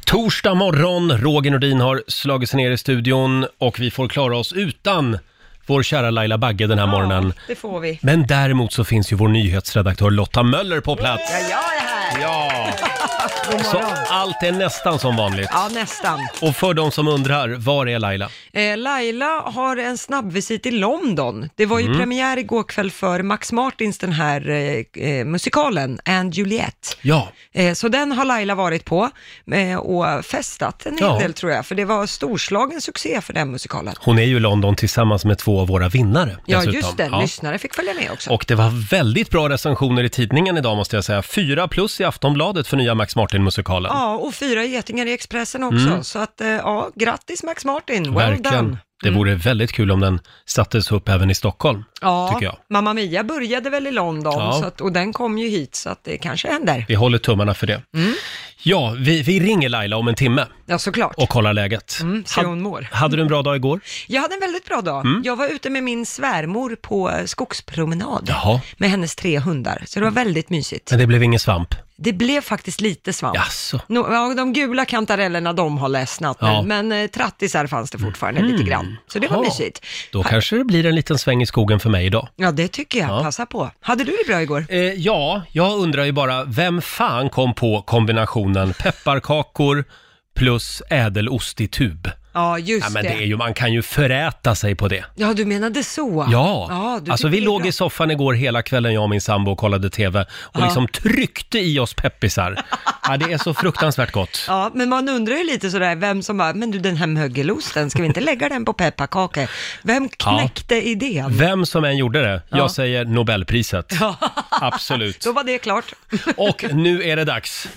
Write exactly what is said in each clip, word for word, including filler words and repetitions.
Torsdag morgon, Roger Nordin har slagit sig ner i studion och vi får klara oss utan vår kära Laila Bagge den här ja, morgonen. det får vi. Men däremot så finns ju vår nyhetsredaktör Lotta Möller på plats. Ja, jag är här! Ja! Så allt är nästan som vanligt. Ja, nästan. Och för de som undrar, var är Laila? Eh, Laila har en snabbvisit i London. Det var ju mm. premiär igår kväll för Max Martins, den här eh, musikalen, And Juliet. Ja. Eh, så den har Laila varit på eh, och festat en hel Ja. del, tror jag. För det var storslagen succé för den musikalen. Hon är ju i London tillsammans med två av våra vinnare. Ja, dessutom. just det. Ja. Lyssnare fick följa med också. Och det var väldigt bra recensioner i tidningen idag, måste jag säga. Fyra plus i Aftonbladet för nya Max Martin-musikalen. Ja, och fyra getingar i Expressen också. Mm. Så att, eh, ja, grattis Max Martin. Well Verkligen. done. Det vore väldigt kul om den sattes upp även i Stockholm, Ja, tycker jag. Mamma Mia började väl i London, Ja. så att, och den kom ju hit, så att det kanske händer. Vi håller tummarna för det. Mm. Ja, vi, vi ringer Laila om en timme Ja, såklart. och kollar läget. Mm, se hon mår. Hade du en bra dag igår? Jag hade en väldigt bra dag. Mm. Jag var ute med min svärmor på eh, skogspromenad Jaha. med hennes tre hundar, så det var väldigt mysigt. Men det blev ingen svamp? Det blev faktiskt lite svamp. Jaså? No, ja, de gula kantarellerna, de har ledsnat, Ja. men, men eh, trattisar fanns det fortfarande lite grann. Så det var Jaha. mysigt. Då kanske det blir en liten sväng i skogen för mig idag. Ja, det tycker jag. Ja. Passa på. Hade du det bra igår? Eh, ja, jag undrar ju bara, vem fan kom på kombinationen pepparkakor plus ädelost i tub? Ja, just Ja, men det. det är ju, man kan ju föräta sig på det. Ja, du menade så. Ja, ja du alltså tycker vi det är låg bra. i soffan igår hela kvällen, jag och min sambo, och kollade tv och Ja. liksom tryckte i oss peppisar. Ja, det är så fruktansvärt gott. Ja, men man undrar ju lite sådär, vem som bara, men du, den här mögelosten, ska vi inte lägga den på pepparkakor? Vem knäckte ja. idén? Vem som än gjorde det, jag Ja. säger Nobelpriset. Ja. Absolut. Då var det klart. Och nu är det dags.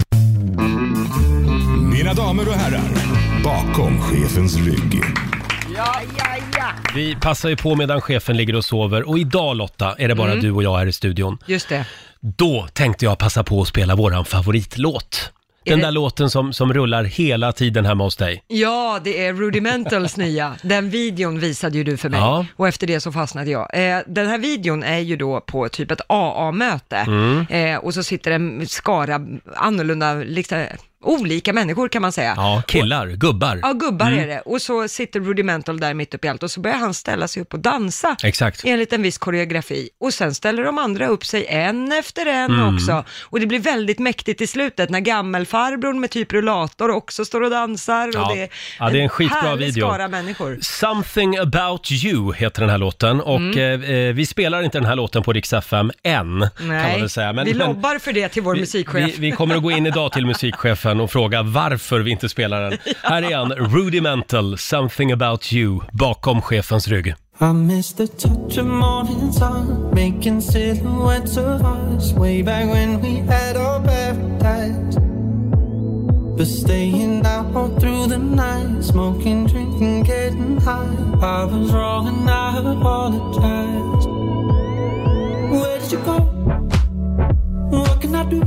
Mina damer och herrar, bakom chefens rygg. Ja, ja, ja. Vi passar ju på medan chefen ligger och sover, och idag, Lotta, är det bara Mm. du och jag här i studion. Just det. Då tänkte jag passa på att spela våran favoritlåt. Är Den det- där låten som, som rullar hela tiden hemma hos dig. Ja, det är Rudimentals nya. Den videon visade ju du för mig. Ja. Och efter det så fastnade jag. Eh, den här videon är ju då på typ ett A A-möte. Mm. Eh, och så sitter en skara annorlunda, liksom, olika människor kan man säga. Ja, killar, gubbar. Ja, gubbar är det. Och så sitter Rudimental där mitt uppe i allt och så börjar han ställa sig upp och dansa. Exakt. Enligt en viss koreografi. Och sen ställer de andra upp sig en efter en Mm. också. Och det blir väldigt mäktigt i slutet när gammelfarbrorn med typ rullator också står och dansar. Ja. Och det är, Ja, det är en skitbra härlig video. skara människor. Something about you heter den här låten, och Mm. eh, vi spelar inte den här låten på Rix F M än, kan man Nej, väl säga. Men, vi men lobbar för det till vår vi, musikchef. vi, vi kommer att gå in idag till musikchefen och fråga varför vi inte spelar den. Här är han, Rudimental, Something about you, bakom chefens rygg. I miss the touch of morning sun, making silhouettes of us, way back when we had our paradise. But staying out all through the night, smoking, drinking, getting high. I was wrong and I apologize. Where did you go? What can I do?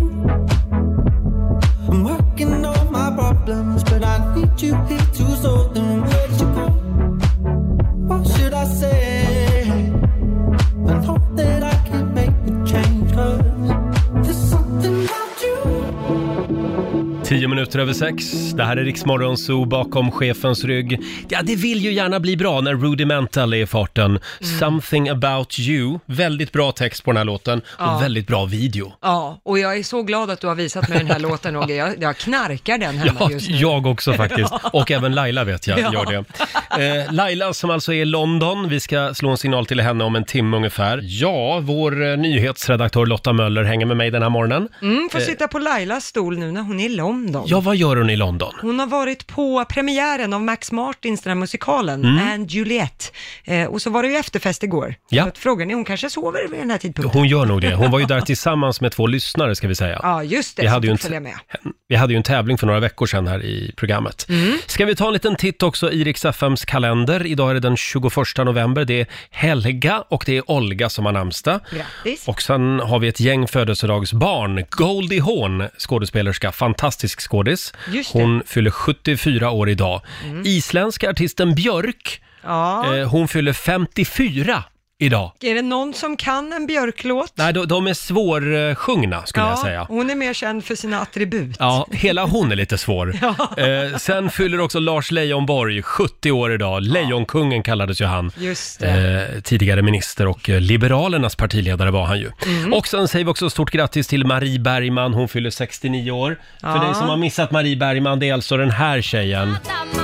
I'm working on my problems, but I need you here to solve them. Where did you go? What should I say? I know that I can make a change, 'cause there's something about you. Tio minuter över sex. Det här är Rix Morgon Zoo, bakom chefens rygg. Ja, det vill ju gärna bli bra när Rudimental är i farten. Mm. Something about you. Väldigt bra text på den här låten och Ja. väldigt bra video. Ja, och jag är så glad att du har visat mig den här låten, Roger. Jag, jag knarkar den hemma Ja, just nu. jag också faktiskt. Och även Laila vet jag Ja. gör det. Eh, Laila som alltså är i London. Vi ska slå en signal till henne om en timme ungefär. Ja, vår eh, nyhetsredaktör Lotta Möller hänger med mig den här morgonen. Mm, får sitta på Lailas stol nu när hon är i London. Ja, vad gör hon i London? Hon har varit på premiären av Max Martins, den här musikalen, Mm. And Juliet. Eh, och så var det ju efterfest igår. Ja. Så att frågan är, hon kanske sover vid den här tidpunkten. Hon gör nog det. Hon var ju där tillsammans med två lyssnare, ska vi säga. Ja, just det. Vi så hade, ju en fick följa med. vi hade ju en tävling för några veckor sedan här i programmet. Mm. Ska vi ta en liten titt också i Rix F M:s kalender. Idag är det den tjugoförsta november. Det är Helga och det är Olga som har namnsdag. Grattis. Och sen har vi ett gäng födelsedagsbarn. Goldie Hawn, skådespelerska, fantastisk skådis. Just det. Mm. Hon fyller sjuttiofyra år idag. Isländska artisten Björk, Ja. eh, hon fyller femtiofyra idag. Är det någon som kan en Björk-låt? Nej, de, de är svårsjungna skulle ja, jag säga. Hon är mer känd för sina attribut. Ja, hela hon är lite svår. Ja. Eh, sen fyller också Lars Leijonborg sjuttio år idag. Lejonkungen kallades ju han. Just det. Eh, tidigare minister och eh, Liberalernas partiledare var han ju. Mm. Och sen säger vi också stort grattis till Marie Bergman. Hon fyller sextionio år. Ja. För dig som har missat Marie Bergman, det är alltså den här tjejen.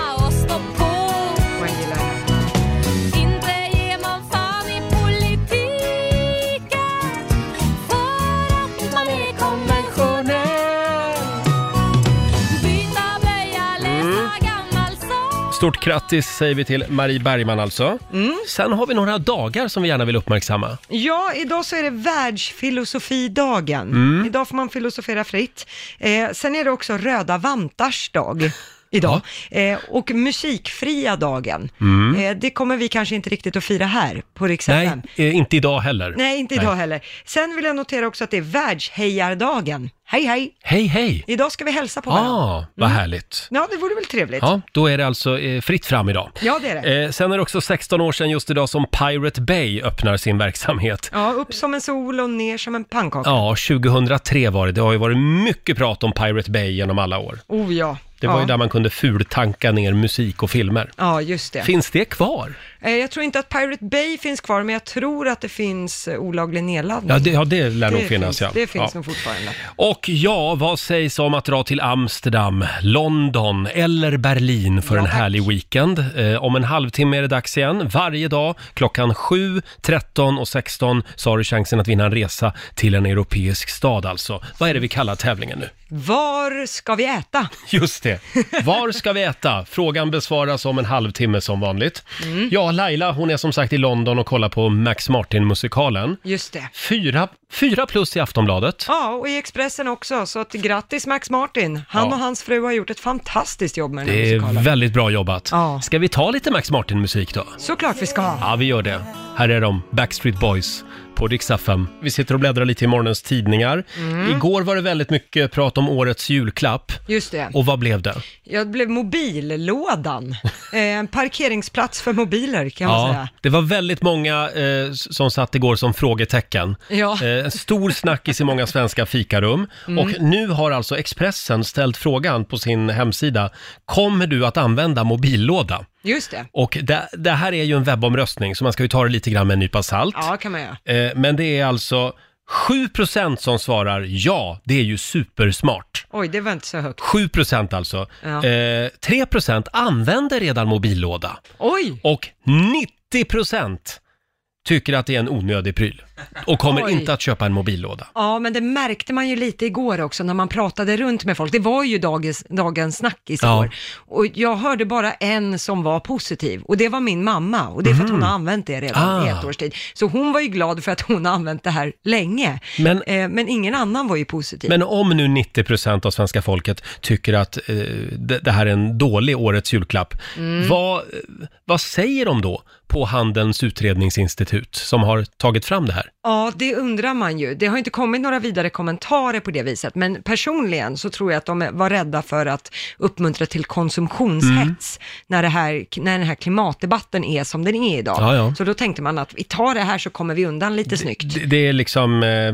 Stort grattis säger vi till Marie Bergman alltså. Mm. Sen har vi några dagar som vi gärna vill uppmärksamma. Ja, idag så är det världsfilosofidagen. Mm. Idag får man filosofera fritt. Eh, sen är det också röda vantars dag idag. Ja. Eh, och musikfria dagen. Mm. Eh, det kommer vi kanske inte riktigt att fira här på Rix F M. Nej, eh, inte idag heller. Nej, inte idag Nej. heller. Sen vill jag notera också att det är världshejardagen. Hej, hej! Hej, hej! Idag ska vi hälsa på varandra. Ah, vad mm. härligt. Ja, det vore väl trevligt. Ja, då är det alltså eh, fritt fram idag. Ja, det är det. Eh, sen är det också sexton år sedan just idag som Pirate Bay öppnar sin verksamhet. Ja, upp som en sol och ner som en pannkaka. Ja, tjugohundratre var det. Det har ju varit mycket prat om Pirate Bay genom alla år. Oh ja. Det var ja. ju där man kunde fultanka ner musik och filmer. Ja, just det. Finns det kvar? Eh, jag tror inte att Pirate Bay finns kvar, men jag tror att det finns eh, olaglig nedladdning. Ja, det, ja, det lär det nog finnas, finns, ja. Det finns ja. nog fortfarande. Och ja, vad sägs om att dra till Amsterdam, London eller Berlin för ja, en tack. härlig weekend? Eh, om en halvtimme är det dags igen. Varje dag klockan sju, tretton och sexton så har du chansen att vinna en resa till en europeisk stad alltså. Vad är det vi kallar tävlingen nu? Var ska vi äta? Just det. Var ska vi äta? Frågan besvaras om en halvtimme som vanligt. Mm. Ja, Laila, hon är som sagt i London och kollar på Max Martin-musikalen. Just det. Fyra, fyra plus i Aftonbladet. Ja, och i Expressen också. Så att grattis Max Martin. Han ja. och hans fru har gjort ett fantastiskt jobb med den här musikalen. Det är musikalen. väldigt bra jobbat. Ja. Ska vi ta lite Max Martin-musik då? Såklart vi ska ha. Ja, vi gör det. Här är de, Backstreet Boys på Rix F M. Vi sitter och bläddrar lite i morgonens tidningar. Mm. Igår var det väldigt mycket prat om årets julklapp. Just det. Och vad blev det? Ja, det blev mobillådan. En parkeringsplats för mobiler kan man ja, säga. Det var väldigt många eh, som satt igår som frågetecken. Ja. Eh, en stor snackis i många svenska fikarum. Mm. Och nu har alltså Expressen ställt frågan på sin hemsida. Kommer du att använda mobillåda? Just det. Och det, det här är ju en webbomröstning så man ska ju ta det lite grann med en nypa salt. Ja, kan man göra. Eh, men det är alltså sju procent som svarar ja, det är ju supersmart. Oj, det var inte så högt. sju procent alltså. Ja. Eh, tre procent använder redan mobillåda. Oj! Och nittio procent tycker att det är en onödig pryl och kommer Oj. inte att köpa en mobillåda. Ja, men det märkte man ju lite igår också när man pratade runt med folk. Det var ju dagens, dagens snackis Ja. igår. Och jag hörde bara en som var positiv. Och det var min mamma. Och det är för att hon har använt det redan Ah. i ett års tid. Så hon var ju glad för att hon har använt det här länge. Men- eh, men ingen annan var ju positiv. Men om nu nittio procent av svenska folket tycker att eh, det, det här är en dålig årets julklapp, Mm. vad, vad säger de då på Handelns utredningsinstitut som har tagit fram det här? Ja, det undrar man ju. Det har inte kommit några vidare kommentarer på det viset, men personligen så tror jag att de var rädda för att uppmuntra till konsumtionshets Mm. när, det här, när den här klimatdebatten är som den är idag. Ja, ja. Så då tänkte man att vi tar det här så kommer vi undan lite snyggt. Det, det är liksom eh,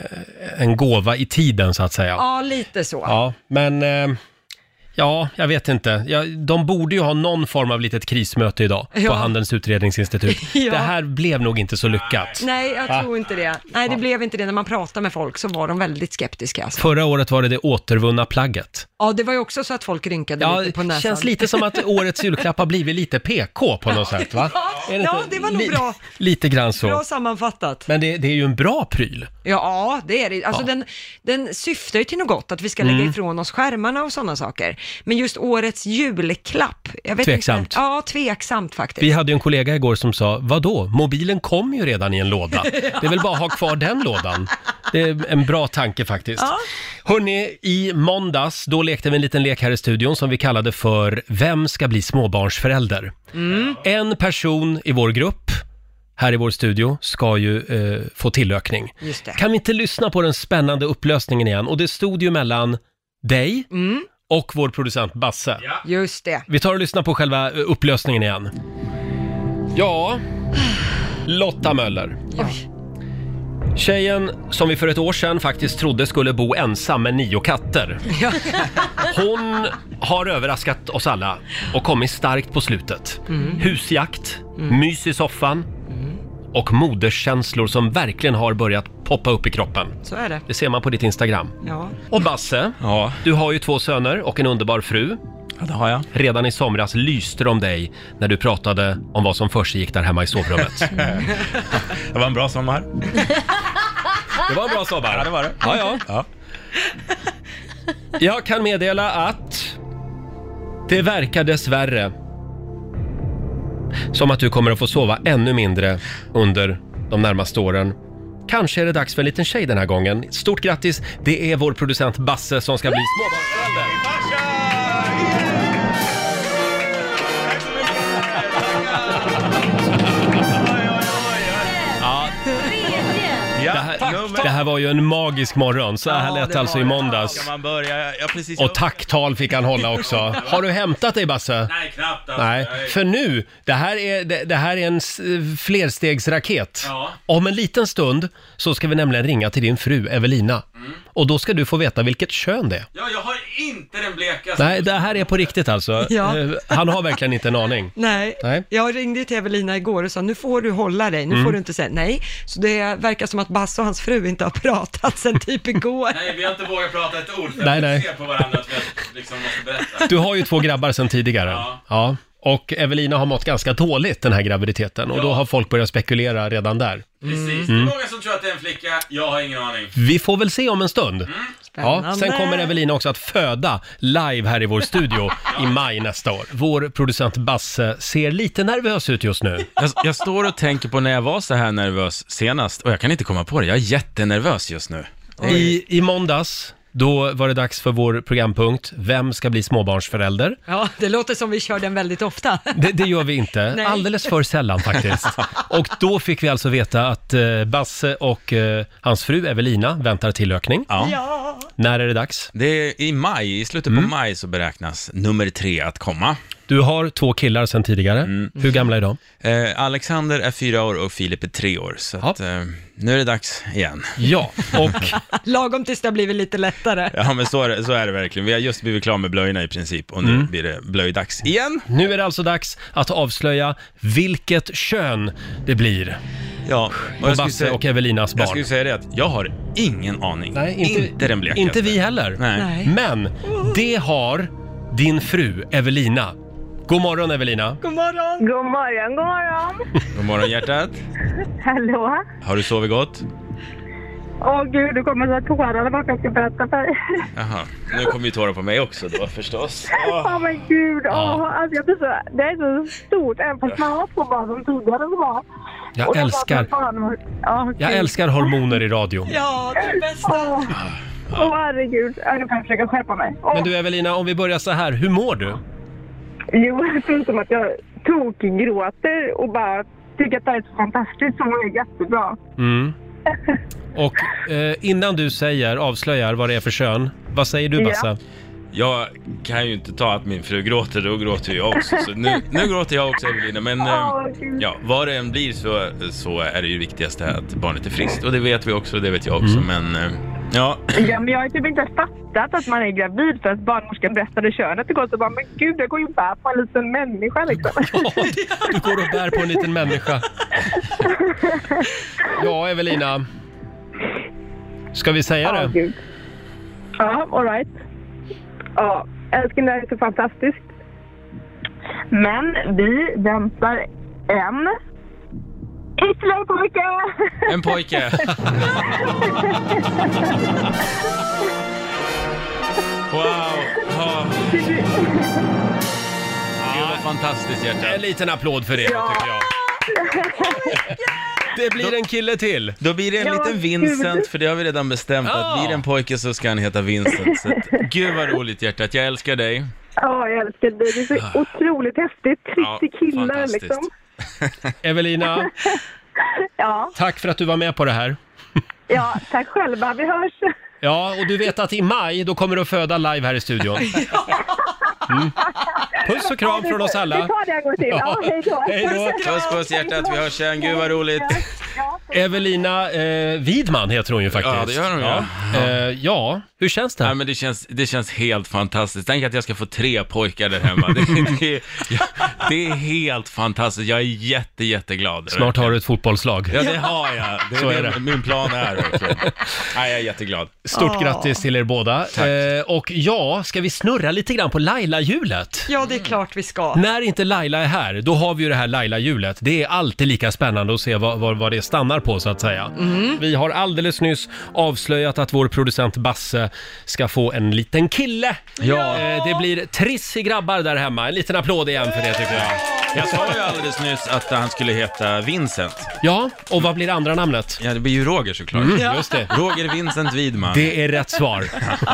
en gåva i tiden så att säga. Ja, lite så. Ja, men eh, ja, jag vet inte. Ja, de borde ju ha någon form av litet krismöte idag på Ja. Handelns utredningsinstitut. Ja. Det här blev nog inte så lyckat. Nej, jag Va? tror inte det. Nej, det blev inte det. När man pratar med folk så var de väldigt skeptiska. Alltså. Förra året var det det återvunna plagget. Ja, det var ju också så att folk rynkade Ja, lite på det näsan. känns lite som att årets julklapp har blivit lite P K på något sätt, va? Ja, Är det ja, inte? det var nog Li- bra. Lite grann så. Bra sammanfattat. Men det, det är ju en bra pryl. Ja, det är det. Alltså Ja. den, den syftar ju till något gott, att vi ska lägga Mm. ifrån oss skärmarna och sådana saker. Men just årets julklapp, jag vet Tveksamt. inte. Ja, tveksamt faktiskt. Vi hade ju en kollega igår som sa, vadå? Mobilen kom ju redan i en låda. Det är väl bara att ha kvar den lådan. Det är en bra tanke faktiskt. Ja. Hörrni, i måndags, då lekte vi en liten lek här i studion som vi kallade för Vem ska bli småbarnsförälder? Mm. En person i vår grupp, här i vår studio, ska ju eh, få tillökning. Just det. Kan vi inte lyssna på den spännande upplösningen igen? Och det stod ju mellan dig Mm, och vår producent Basse. just det. Vi tar och lyssnar på själva eh, upplösningen igen. Ja, Lotta Möller. Ja. Tjejen som vi för ett år sedan faktiskt trodde skulle bo ensam med nio katter. Ja. Hon har överraskat oss alla och kommit starkt på slutet. Mm. Husjakt, mm. mys i soffan mm. och moderskänslor som verkligen har börjat poppa upp i kroppen. Så är det. Det ser man på ditt Instagram. Ja. Och Basse, ja. du har ju två söner och en underbar fru. Ja, det har jag. Redan i somras lyste de dig när du pratade om vad som försiggick där hemma i sovrummet. Det var en bra sommar. Det var en bra sommar. Ja, det var det. Ja, ja. ja. Jag kan meddela att det verkar dessvärre som att du kommer att få sova ännu mindre under de närmaste åren. Kanske är det dags för en liten tjej den här gången. Stort grattis, det är vår producent Basse som ska bli småbarnsförälder. Ja, det, här, det här var ju en magisk morgon. Så här ja, lät alltså i måndags. Ska man börja? Ja, precis. Och tacktal fick han hålla också. Har du hämtat dig, Basse? Nej, knappt alltså. Nej, för nu, det här är, det, det här är en flerstegsraket. Ja. Om en liten stund så ska vi nämligen ringa till din fru Evelina. Mm. Och då ska du få veta vilket kön det är. Ja, jag har inte den blekaste. Nej, det här är på riktigt alltså. Ja. Han har verkligen inte en aning. Nej. nej, jag ringde till Evelina igår och sa, nu får du hålla dig, nu mm. får du inte säga nej. Så det verkar som att Basse och hans fru inte har pratat sen typ igår. Nej, vi har inte vågat prata ett ord för nej, att nej. vi ser på varandra att vi liksom måste berätta. Du har ju två grabbar sen tidigare. Ja. Ja. Och Evelina har mått ganska dåligt den här graviditeten. Och ja. Då har folk börjat spekulera redan där. Precis, mm. det är många som tror att det är en flicka. Jag har ingen aning. Vi får väl se om en stund. Mm. Ja, sen kommer Evelina också att föda live här i vår studio i maj nästa år. Vår producent Basse ser lite nervös ut just nu. Jag, jag står och tänker på när jag var så här nervös senast. Och jag kan inte komma på det, jag är jättenervös just nu. I, i måndags... Då var det dags för vår programpunkt. Vem ska bli småbarnsförälder? Ja, det låter som vi kör den väldigt ofta. Det, det gör vi inte. Nej. Alldeles för sällan faktiskt. Och då fick vi alltså veta att eh, Basse och eh, hans fru Evelina väntar tillökning. Ja. Ja. När är det dags? Det är i maj, i slutet mm. på maj så beräknas nummer tre att komma. Du har två killar sedan tidigare. Mm. Hur gamla är de? Eh, Alexander är fyra år och Filip är tre år. Så att, eh, nu är det dags igen. Ja, och... Lagom tills det har blivit lite lättare. Ja, men så är, det, så är det verkligen. Vi har just blivit klara med blöjorna i princip. Och nu mm. blir det blöjdags igen. Nu är det alltså dags att avslöja vilket kön det blir. Ja, och, och Basse säga, och Evelinas barn. Jag skulle säga det att jag har ingen aning. Nej, inte, inte den blekaste. Inte vi heller. Nej. Nej. Men det har din fru Evelina. God morgon Evelina. God morgon. God morgon, god morgon. God morgon hjärtat. Hallå. Har du sovit gott? Åh gud, du kommer så att tårarna bara jag ska berätta för dig. Jaha, nu kommer ju tårar på mig också då förstås. Åh oh. oh, men gud, ja. oh, alltså jag blir så, det är så stort, även fast man har två barn som tidigare var. Jag och älskar, barn, oh, okay. jag älskar hormoner i radio. Ja, det är bästa. Åh oh. oh, herregud, jag kan försöka skärpa mig. Oh. Men du Evelina, om vi börjar så här, hur mår du? Jo, förutom att jag tokgråter och bara tycker att det är så fantastiskt så är det jättebra. Mm. Och eh, innan du säger, avslöjar vad det är för kön, vad säger du Basse? Ja. Jag kan ju inte ta att min fru gråter, då gråter jag också. Så nu, nu gråter jag också Evelina, men oh, eh, ja, vad det än blir så, så är det ju viktigaste att barnet är friskt. Och det vet vi också, det vet jag också, mm. men... Eh, Ja. ja, men jag har typ inte fattat att man är gravid för att barnmorskan berättade könet och gått och bara, men gud, jag går ju bär på en liten människa liksom. Ja, du går och bär på en liten människa. Ja, Evelina. Ska vi säga det? Ja, gud. Ja, all right. Ja, älskling, det är så fantastiskt. Men vi väntar en... Ytterligare pojke! En pojke! Wow! Oh. Det var fantastiskt hjärta. En liten applåd för det, ja. Tycker jag. Det blir en kille till. Då blir det en ja, liten Vincent, för det har vi redan bestämt. Ja. Att blir det en pojke så ska han heta Vincent. Så att, gud vad roligt hjärtat, jag älskar dig. Ja, jag älskar dig. Det är så otroligt häftigt. trettio ja, killar liksom. Evelina, ja. Tack för att du var med på det här. Ja, tack själva, vi hörs. Ja, och du vet att i maj då kommer du att föda live här i studion. Mm. Puss och kram från oss alla. Vi tar det en gång till. Ja, hej då. Hej då. Puss puss hjärtat, vi hörs igen. Gud vad roligt. Evelina eh, Widman heter hon ju faktiskt. Ja, det gör hon ju. Ja, Ja. eh, ja. hur känns det? Ja, men det känns, det känns helt fantastiskt. Tänk att jag ska få tre pojkar där hemma. Det, det, ja, det är helt fantastiskt. Jag är jätte, jätteglad. Snart har du ett fotbollslag. Ja, det har jag. Det är, Så är det. det. Min plan är verkligen. Ja, jag är jätteglad. Stort Åh. grattis till er båda. Eh, och ja, ska vi snurra lite grann på Laila-hjulet? Ja, det är klart vi ska. När inte Laila är här, då har vi ju det här Laila-hjulet. Det är alltid lika spännande att se vad, vad, vad det stannar på så att säga. Mm. Vi har alldeles nyss avslöjat att vår producent Basse ska få en liten kille. Ja. Eh, det blir trissig grabbar där hemma. En liten applåd igen för det tycker jag. Jag sa ju alldeles nyss att han skulle heta Vincent. Ja, och vad blir andra namnet? Ja, det blir ju Roger såklart. Mm, just det. Roger Vincent Widman. Det är rätt svar.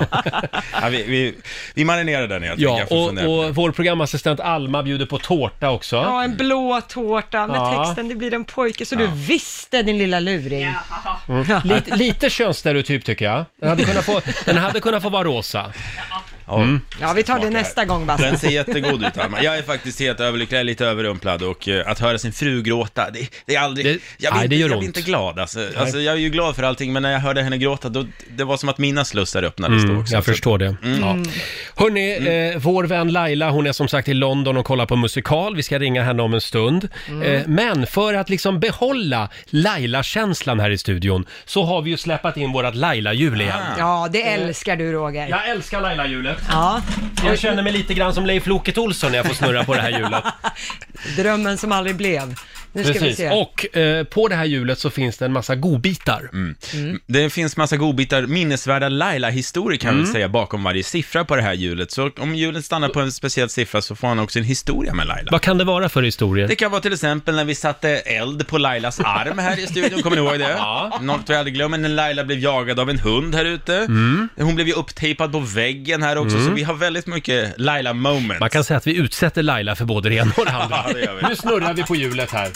Ja, vi, vi, vi marinerar den helt Ja, enkelt. Jag får och, fundera på det. och vår programassistent Alma bjuder på tårta också. Ja, en blå tårta med Ja. texten "Det blir en pojke", så du visste, din lilla luring. Lite, lite könsstereotyp tycker jag. Den hade kunnat få, den hade kunnat få vara rosa. Ja. Ja, vi tar det Smart nästa gång, Den Basse. ser jättegod ut, Alma. Jag är faktiskt helt överlycklig, jag är lite överrumplad och uh, att höra sin fru gråta, det, det är aldrig... Det- jag blir, nej, det inte, gör jag ont. blir inte glad alltså. Alltså, jag är ju glad för allting, men när jag hörde henne gråta, då, det var som att mina slussar öppnades då Mm, också. jag Så- förstår det. Ja. Hörrni, Mm. eh, vår vän Laila, hon är som sagt i London och kollar på musikal. Vi ska ringa henne om en stund. Eh, men för att liksom behålla Laila-känslan här i studion så har vi ju släppt in vårat Laila-hjul igen. Ah. Ja, det älskar du, Roger. Jag älskar Laila-hjulet. Ja, Jag känner mig lite grann som Leif Loket Olsson när jag får snurra på det här hjulet. drömmen som aldrig blev. Nu ska vi Precis. se. Och eh, på det här hjulet så finns det en massa godbitar. Det finns massa godbitar, minnesvärda Laila-historier kan Mm. vi säga bakom varje siffra på det här hjulet. Så om hjulet stannar på en speciell siffra så får han också en historia med Laila. Vad kan det vara för historier? Det kan vara till exempel när vi satte eld på Lailas arm här i studion, kommer ni ihåg det? Ja. Något vi aldrig glömmer, när Laila blev jagad av en hund här ute. Mm. Hon blev ju upptejpad på väggen här också, så vi har väldigt mycket Laila-moments. Man kan säga att vi utsätter Laila för både det ena och det andra. Ja, det gör vi. Nu snurrar vi på hjulet här.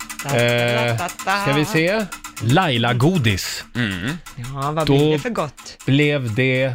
Eh, ska vi se? Laila-godis. Ja, vad Då- blir det för gott? Blev det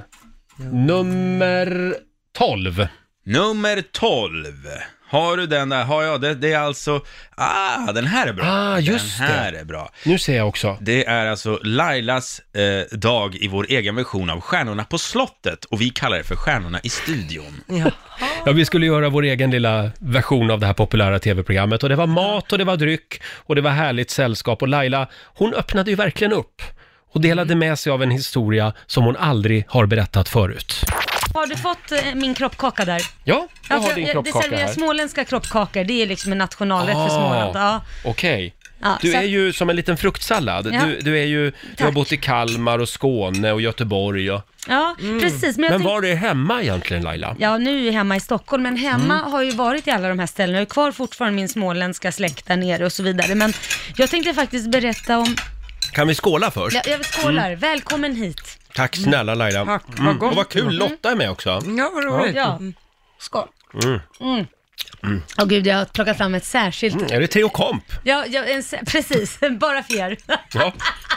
nummer tolv. Nummer tolv. Har du den där? Har jag det? Det är alltså... Ah, den här är bra. Ah, just den här det. är bra. Nu ser jag också. Det är alltså Lailas eh, dag i vår egen version av Stjärnorna på slottet. Och vi kallar det för Stjärnorna i studion. Ja. Ja, vi skulle göra vår egen lilla version av det här populära tv-programmet. Och det var mat och det var dryck och det var härligt sällskap. Och Laila, hon öppnade ju verkligen upp och delade med sig av en historia som hon aldrig har berättat förut. Har du fått eh, min kroppkaka där? Ja, jag Ja, har för din jag- kroppkaka Det serveras här. småländska kroppkakor, det är liksom en nationalrätt för Småland. Ja. Okej. Ja, Du så är att- ju som en liten fruktsallad. Ja. Du, du, är ju, du har Tack. bott i Kalmar och Skåne och Göteborg. Och... Ja, precis. Men, jag Men tänk- var är hemma egentligen, Laila? Ja, nu är jag hemma i Stockholm, men hemma Mm. har ju varit i alla de här ställena. Jag har kvar fortfarande min småländska släkt där nere och så vidare. Men jag tänkte faktiskt berätta om... Kan vi skåla först? Jag, jag skålar. Mm. Välkommen hit. Tack snälla Laila. Tack, vad gott. Och vad kul, Lotta är med också. Ja, vad roligt. Ja, skål. Mm. Åh gud, jag har plockat fram ett särskilt... Är det Theo Komp? Ja, ja en, sä- precis. Bara för er. Ja.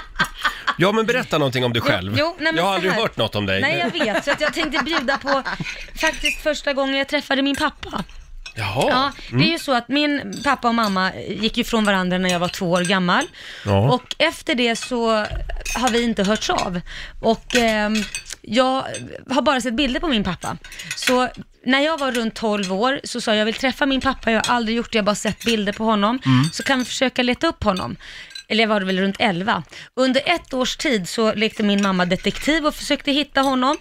Ja, men berätta någonting om dig själv. Jo, nej, men jag har så aldrig här. hört något om dig. Nej, jag vet. Så att jag tänkte bjuda på faktiskt första gången jag träffade min pappa. Jaha. Ja, det är ju så att min pappa och mamma gick ju från varandra när jag var två år gammal. Ja. Och efter det så har vi inte hörts av. Och ehm, jag har bara sett bilder på min pappa. Så när jag var runt tolv år så sa jag, jag vill träffa min pappa, jag har aldrig gjort det, jag har bara sett bilder på honom. Så kan vi försöka leta upp honom. Eller jag var väl runt elva. Under ett års tid så lekte min mamma detektiv och försökte hitta honom.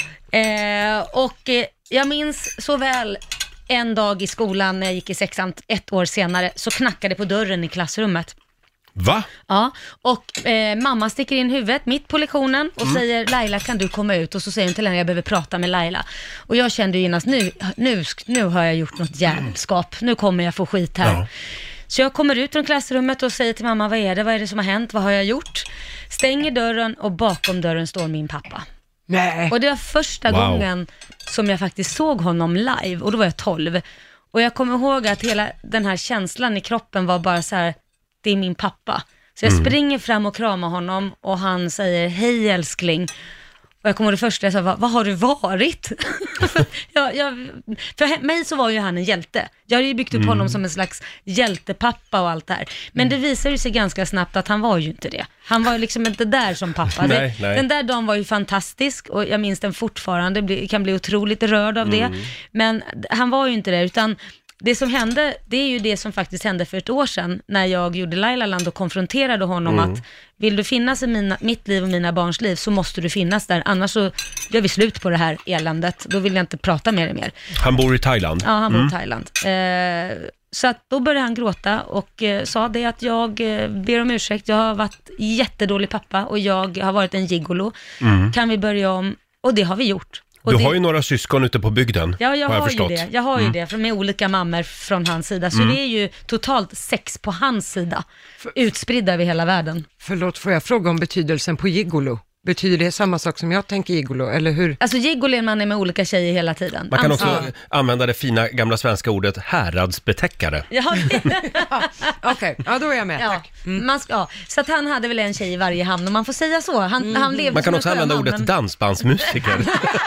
Eh, och eh, jag minns så väl en dag i skolan när jag gick i sexan, ett år senare, så knackade på dörren i klassrummet. Va? Ja, och eh, mamma sticker in huvudet mitt på lektionen och säger, Laila, kan du komma ut? Och så säger hon till henne, jag behöver prata med Laila. Och jag kände ju genast, nu, nu, nu har jag gjort något jävelskap, nu kommer jag få skit här. Ja. Så jag kommer ut från klassrummet och säger till mamma, vad är det, vad är det som har hänt, vad har jag gjort? Stänger dörren och bakom dörren står min pappa. Nej. Och det var första Wow. gången som jag faktiskt såg honom live, och då var jag tolv. Och jag kommer ihåg att hela den här känslan i kroppen var bara så här, det är min pappa. Så jag springer fram och kramar honom och han säger, hej älskling. Och jag kommer ihåg det första jag sa, vad, vad har du varit? jag, jag, för mig så var ju han en hjälte. Jag hade ju byggt upp mm. honom som en slags hjältepappa och allt det här. Men det visade ju sig ganska snabbt att han var ju inte det. Han var ju liksom inte där som pappa. nej, det, nej. Den där dagen var ju fantastisk och jag minns den fortfarande. Bli, kan bli otroligt rörd av det. Mm. Men han var ju inte det, utan det som hände, det är ju det som faktiskt hände för ett år sedan när jag gjorde Lailaland och konfronterade honom mm. att vill du finnas i mina, mitt liv och mina barns liv så måste du finnas där, annars så gör vi slut på det här eländet, då vill jag inte prata med dig mer. Han bor i Thailand? Ja, han bor mm. i Thailand. Eh, så att då började han gråta och eh, sa det att jag eh, ber om ursäkt, jag har varit jättedålig pappa och jag har varit en gigolo. Mm. Kan vi börja om? Och det har vi gjort. Och du det... har ju några syskon ute på bygden. Ja, jag har, har jag ju det. Jag har mm. ju det, för med olika mammor från hans sida. Så mm. det är ju totalt sex på hans sida, utspridda över hela världen. Förlåt, får jag fråga om betydelsen på gigolo? Betyder det samma sak som jag tänker gigolo, eller hur? Alltså gigolo är man är med olika tjejer hela tiden. Man kan alltså... också använda det fina gamla svenska ordet häradsbetäckare. Ja, det... Okej, okay. Ja då är jag med, ja. tack. Mm. Man ska, ja. Så att han hade väl en tjej i varje hamn, och man får säga så. Han, mm. han levde man kan också använda sjöman, ordet men... dansbandsmusiker.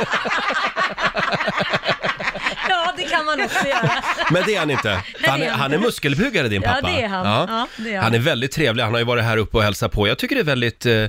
Ja, det kan man också göra. Men det är han inte. Han är, han är muskelbyggare, din pappa. Ja, det är han. Ja. Ja, det är han. Han är väldigt trevlig. Han har ju varit här uppe och hälsat på. Jag tycker det är väldigt... Eh...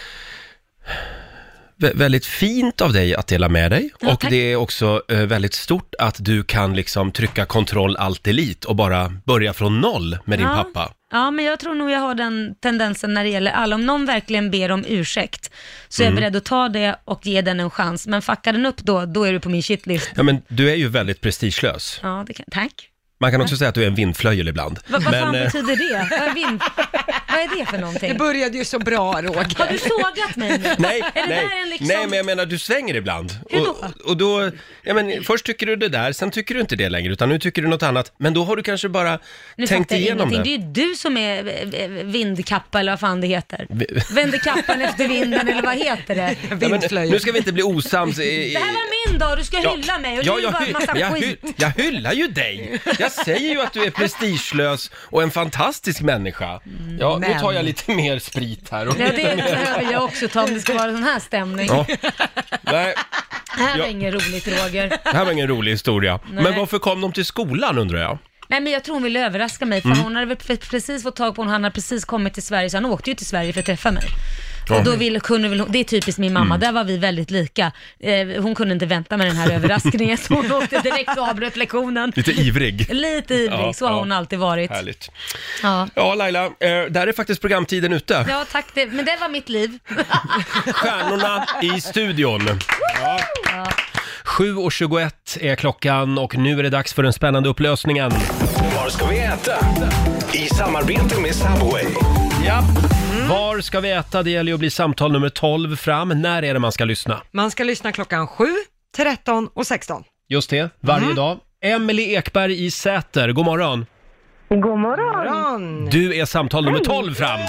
väldigt fint av dig att dela med dig. Ja, och tack. Det är också eh, väldigt stort att du kan liksom trycka kontroll alt elit och bara börja från noll med din ja. pappa. Ja, men jag tror nog jag har den tendensen när det gäller alla. Om någon verkligen ber om ursäkt så är jag Mm. beredd att ta det och ge den en chans. Men fuckar den upp då, då är du på min shitlist. Ja, men du är ju väldigt prestigelös. Ja, det kan... Tack. Man kan också säga att du är en vindflöjel ibland. Va, vad men, fan eh, betyder det? Vad är, vind... vad är det för någonting? Det började ju så bra, Roger. Har du sågat mig nu? Nej, är det nej, där en liksom... nej, men jag menar du svänger ibland. Hur då? Och, och då, ja men först tycker du det där, sen tycker du inte det längre, utan nu tycker du något annat. Men då har du kanske bara nu tänkt igenom ingenting. det. Det är ju du som är vindkappa, eller vad fan det heter. Vänder kappan efter vinden, eller vad heter det? Ja, men, nu ska vi inte bli osams. I, i... Det här var min dag, du ska ja, hylla mig och ja, du är jag, bara en massa jag, skit. hy, jag hyllar ju dig. Jag säger ju att du är prestigelös och en fantastisk människa. Ja, Men. nu tar jag lite mer sprit här. Och Ja, det behöver jag också ta om det ska vara sån här stämning. Ja. Nej, Det här var Ja. inget roligt, Roger. det här var ingen rolig historia. Nej. Men varför kom de till skolan, undrar jag? Nej, men jag tror hon ville överraska mig, för Mm. hon hade väl pre- precis fått tag på honom, han hade precis kommit till Sverige, så han åkte ju till Sverige för att träffa mig. Ja. Och då ville, kunde väl, hon- det är typiskt min mamma, Mm. där var vi väldigt lika. Eh, hon kunde inte vänta med den här överraskningen, så hon åkte direkt och avbröt lektionen. Lite ivrig. Lite ivrig, Ja, så har ja. hon alltid varit. Härligt. Ja. Ja, Laila, eh, där är faktiskt programtiden ute. Ja, tack. Det, men det var mitt liv. Stjärnorna i studion. Ja. sju och tjugoett är klockan och nu är det dags för den spännande upplösningen. Var ska vi äta? I samarbete med Subway. Ja. Var ska vi äta? Det gäller ju att bli samtal nummer tolv fram. När är det man ska lyssna? Man ska lyssna klockan sju, tretton och sexton. Just det, varje dag. Emily Ekberg i Säter, god morgon. God morgon. Morgon. Du är samtal nummer tolv fram.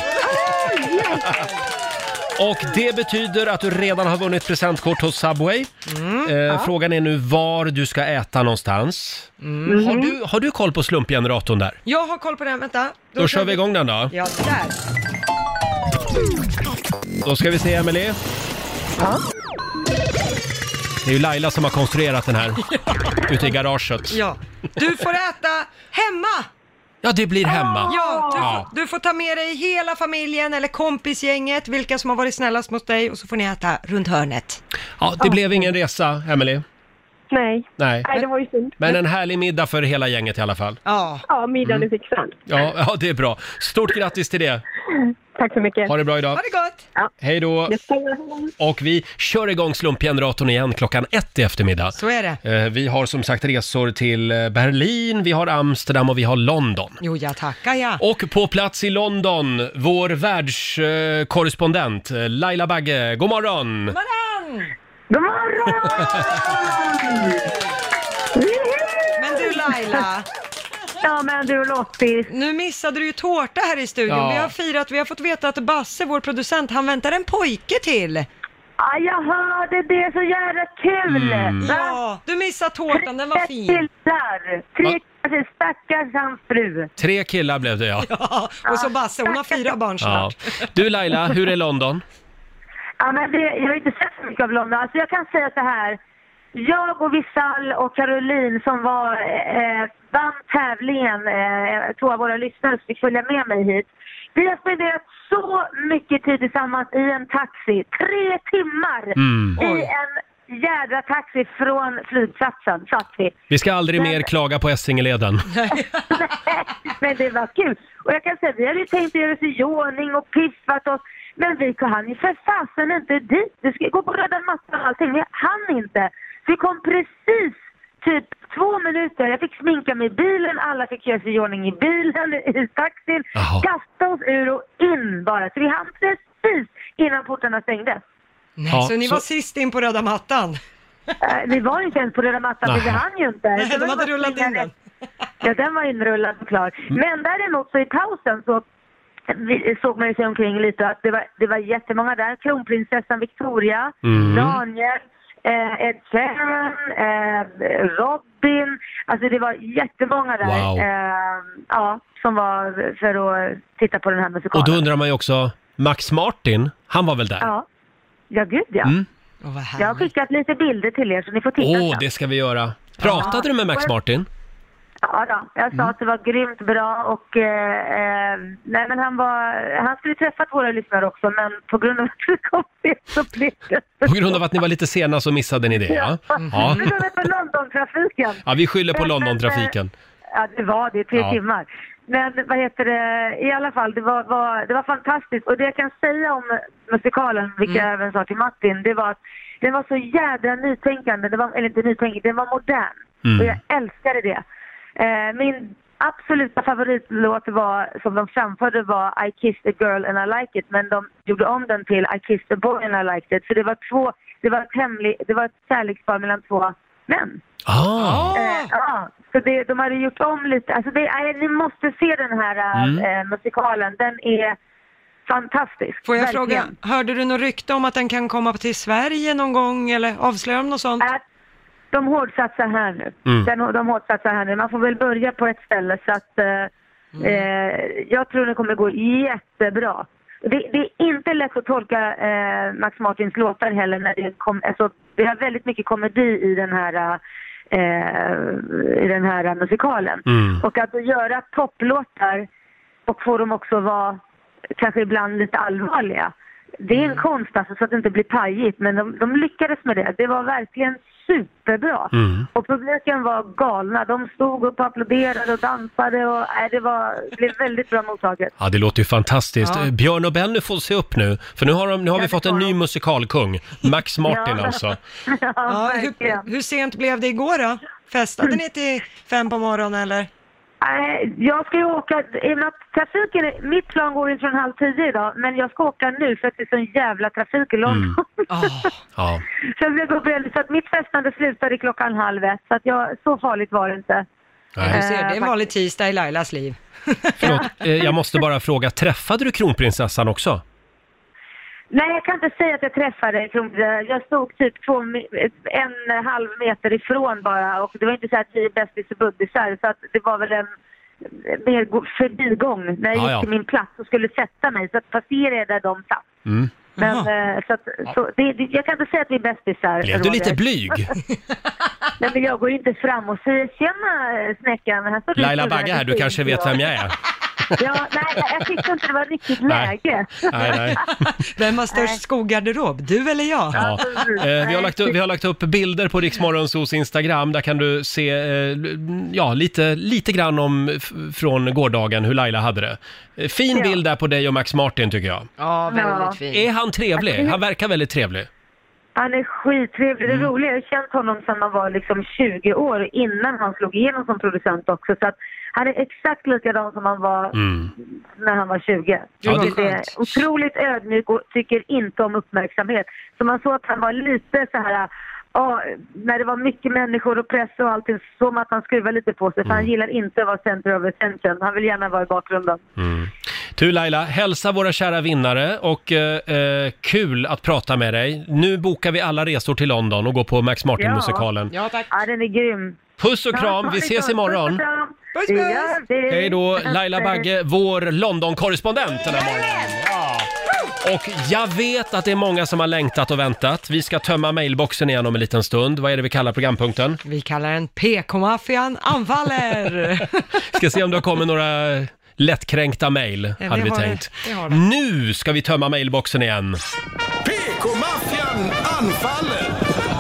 Och det betyder att du redan har vunnit presentkort hos Subway. Eh, frågan är nu var du ska äta någonstans. Har, du, har du koll på slumpgeneratorn där? Jag har koll på den, vänta. Då kör vi igång den då. Ja, där. Då ska vi se, Emily. Det är ju Laila som har konstruerat den här ute i garaget. Ja. Du får äta hemma. Ja, det blir hemma. Ja, du, Ja. Får, du får ta med dig hela familjen eller kompisgänget, vilka som har varit snällast mot dig, och så får ni äta runt hörnet. Ja, det blev ingen resa, Emily. Nej. Nej. Nej, det var ju synd. Men en härlig middag för hela gänget i alla fall. Ja. Ja, middagen är fixad. Ja, ja, det är bra. Stort grattis till det. Tack så mycket. Ha det bra idag. Ha det gott. Hej då. Och vi kör igång slumpgeneratorn igen klockan ett i eftermiddag. Så är det. Eh, Vi har som sagt resor till eh, Berlin, vi har Amsterdam och vi har London. Jo, jag tackar ja. Och på plats i London, vår världskorrespondent eh, Laila Bagge. God morgon! Morgon! God morgon! Men du Laila, Ja, men du Lottis. nu missade du ju tårta här i studion. Ja. Vi har firat, vi har fått veta att Basse, vår producent, han väntar en pojke till. Ja, jag hörde det, så jävla kul! Mm. Va? Ja, du missade tårtan, den var Tre fin. killar. Tre Va? killar, stackars hans fru. Tre killar blev det, ja. Ja, och så Basse, hon har fyra barn ja. snart. Du Laila, hur är London? Ja, men det, jag har inte sett så mycket av London. Alltså jag kan säga så här. Jag och Vissal och Caroline som var eh, vann tävlingen, eh, jag tror att våra lyssnare fick följa med mig hit. Vi har spenderat så mycket tid tillsammans i en taxi. Tre timmar Mm. i en jädra taxi från flygplatsen satt vi. Vi ska aldrig Men- mer klaga på Essingeleden. Men det var kul. Och jag kan säga, vi hade ju tänkt att göra oss i ordning och piffat oss. Men vi hann ju för fasen inte dit. Vi ska gå på röda mattan och allting. Vi hann inte. Vi kom precis typ två minuter. Jag fick sminka mig i bilen. Alla fick göra sig i ordning i bilen, i taxin. Jaha. Kasta oss ur och in bara. Så vi hann precis innan portarna stängdes. Nej, Ja, så ni så- var sist in på röda mattan? Uh, vi var inte ens på röda mattan, men vi Nähä. hann ju inte. Nej, Så de det hade var rullat in den. Ja, den var inrullad såklart. Men däremot så i pausen så vi, såg man ju sig omkring lite att det var, det var jättemånga där. Kronprinsessan Victoria, Mm. Daniel, eh, Ed Sheeran, eh, Robin. Alltså det var jättemånga där. Wow. Eh, ja, som var för att titta på den här Och musikalen. då undrar man ju också, Max Martin, han var väl där? Ja, ja gud ja. Mm. Åh, vad Jag har härligt. skickat lite bilder till er så ni får titta Åh, sen. det ska vi göra. Pratade du med Max Martin? Ja då, jag sa att det var grymt bra och eh, eh, nej men han var, han skulle träffat våra lyssnare också men på grund av att det kom fel så blev det. På grund av att ni var lite sena så missade ni det, ja? Ja, Nu är det på London-trafiken. ja vi skyller på Men, London-trafiken. eh, Ja det var det, tre Ja. timmar. Men vad heter det, i alla fall det var, var, det var fantastiskt och det jag kan säga om musikalen, vilket jag även sa till Martin, det var att den var så jädra nytänkande, det var, eller inte nytänkande, den var modern Mm. och jag älskade det. Eh, min absoluta favoritlåt var, som de framförde var I kissed a girl and I like it, men de gjorde om den till I kissed a boy and I liked it. Så det var två, det var ett hemlig, det var ett kärlekspar mellan två män. Ah, Eh, ja, så det, de hade gjort om lite, alltså det, eh, ni måste se den här Mm. eh, musikalen, den är fantastisk. Får jag verkligen. fråga, hörde du något rykte om att den kan komma till Sverige någon gång eller avslöjar de något sånt? Att de hårdsatsar här nu. Mm. Den, de hårdsatsar här nu. Man får väl börja på ett ställe så att eh, eh, jag tror det kommer gå jättebra. Det, det är inte lätt att tolka eh, Max Martins låtar heller när det kom, alltså, det har väldigt mycket komedi i den här eh, i den här musikalen. Mm. Och att göra topplåtar och få dem också vara kanske ibland lite allvarliga. Det är en konst alltså, så att det inte blir pajigt, men de, de lyckades med det. Det var verkligen superbra. Mm. Och publiken var galna. De stod upp och applåderade och dansade och äh, det, var, det blev väldigt bra mottaget. ja, det låter ju fantastiskt. Ja. Björn och Benny får se upp nu, för nu har, de, nu har Ja, vi det fått en får ny de. musikalkung. Max Martin Ja. alltså. Ja, Ja, verkligen. hur, hur sent blev det igår då? Festade ni till fem på morgonen eller? Nej, jag ska ju åka, i och med att trafiken, är- mitt plan går in från halv tio idag, men jag ska åka nu för att det är sån jävla trafik i London. Oh. Ja. Så jag blev upp, så att mitt festande slutade klockan halv ett, så att jag, så farligt var det inte. Du Nej. ser, det är en vanlig tisdag i Lailas liv. Förlåt, eh, jag måste bara fråga, träffade du kronprinsessan också? Nej, jag kan inte säga att jag träffade kronprinsessan. Jag stod typ två, me- en halv meter ifrån bara och det var inte så att vi är bästis och buddisar, så att det var väl en mer gå- förbigång när jag Ja, gick ja. till min plats och skulle sätta mig, så att passerade där de satt. Mm. Men Jaha. eh, så att, så, det, det, jag kan inte säga att vi är bästisar. Blev du Roger. lite blyg? Nej, men jag går ju inte fram och säger tjena eh, snäckan. Här står du Laila och Bagge här, du kanske vet vem jag är? Ja, nej, jag tyckte inte det var riktigt Nej. läge. Nej, nej. Vem har störst skogarderob? Du eller jag? Ja. Eh, vi, har lagt upp, vi har lagt upp bilder på Rix Morgonzos Instagram. Där kan du se eh, ja, lite, lite grann om f- från gårdagen hur Laila hade det. Eh, Fin Ja. bild där på dig och Max Martin tycker jag. Ja, väldigt Ja. fin. Är han trevlig? Han verkar väldigt trevlig. Han är skittrevlig. Det roliga, jag har känt honom sedan han var liksom tjugo år innan han slog igenom som producent också. Så att han är exakt likadan som han var Mm. när han var tjugo. Ja, det- Vilket är otroligt ödmjuk och tycker inte om uppmärksamhet. Så man såg att han var lite så här, ja, när det var mycket människor och press och allting, så att han skruvar lite på sig. För han gillar inte att vara center of attention. Han vill gärna vara i bakgrunden. Mm. Du Laila, hälsa våra kära vinnare och eh, eh, kul att prata med dig. Nu bokar vi alla resor till London och går på Max Martin-musikalen. Ja, tack. Ja, den är grym. Puss och kram, Ja, vi ses imorgon. Puss och kram. Puss, Det puss. gör vi. Hej då, Laila Bagge, vår London-korrespondent den här morgonen. Ja. Och jag vet att det är många som har längtat och väntat. Vi ska tömma mailboxen igen om en liten stund. Vad är det vi kallar programpunkten? Vi kallar den P K-maffian anfaller. Ska se om det kommer några lättkränkta mail, Ja, hade vi har tänkt. det, det har det. Nu ska vi tömma mailboxen igen. P K-maffian anfaller!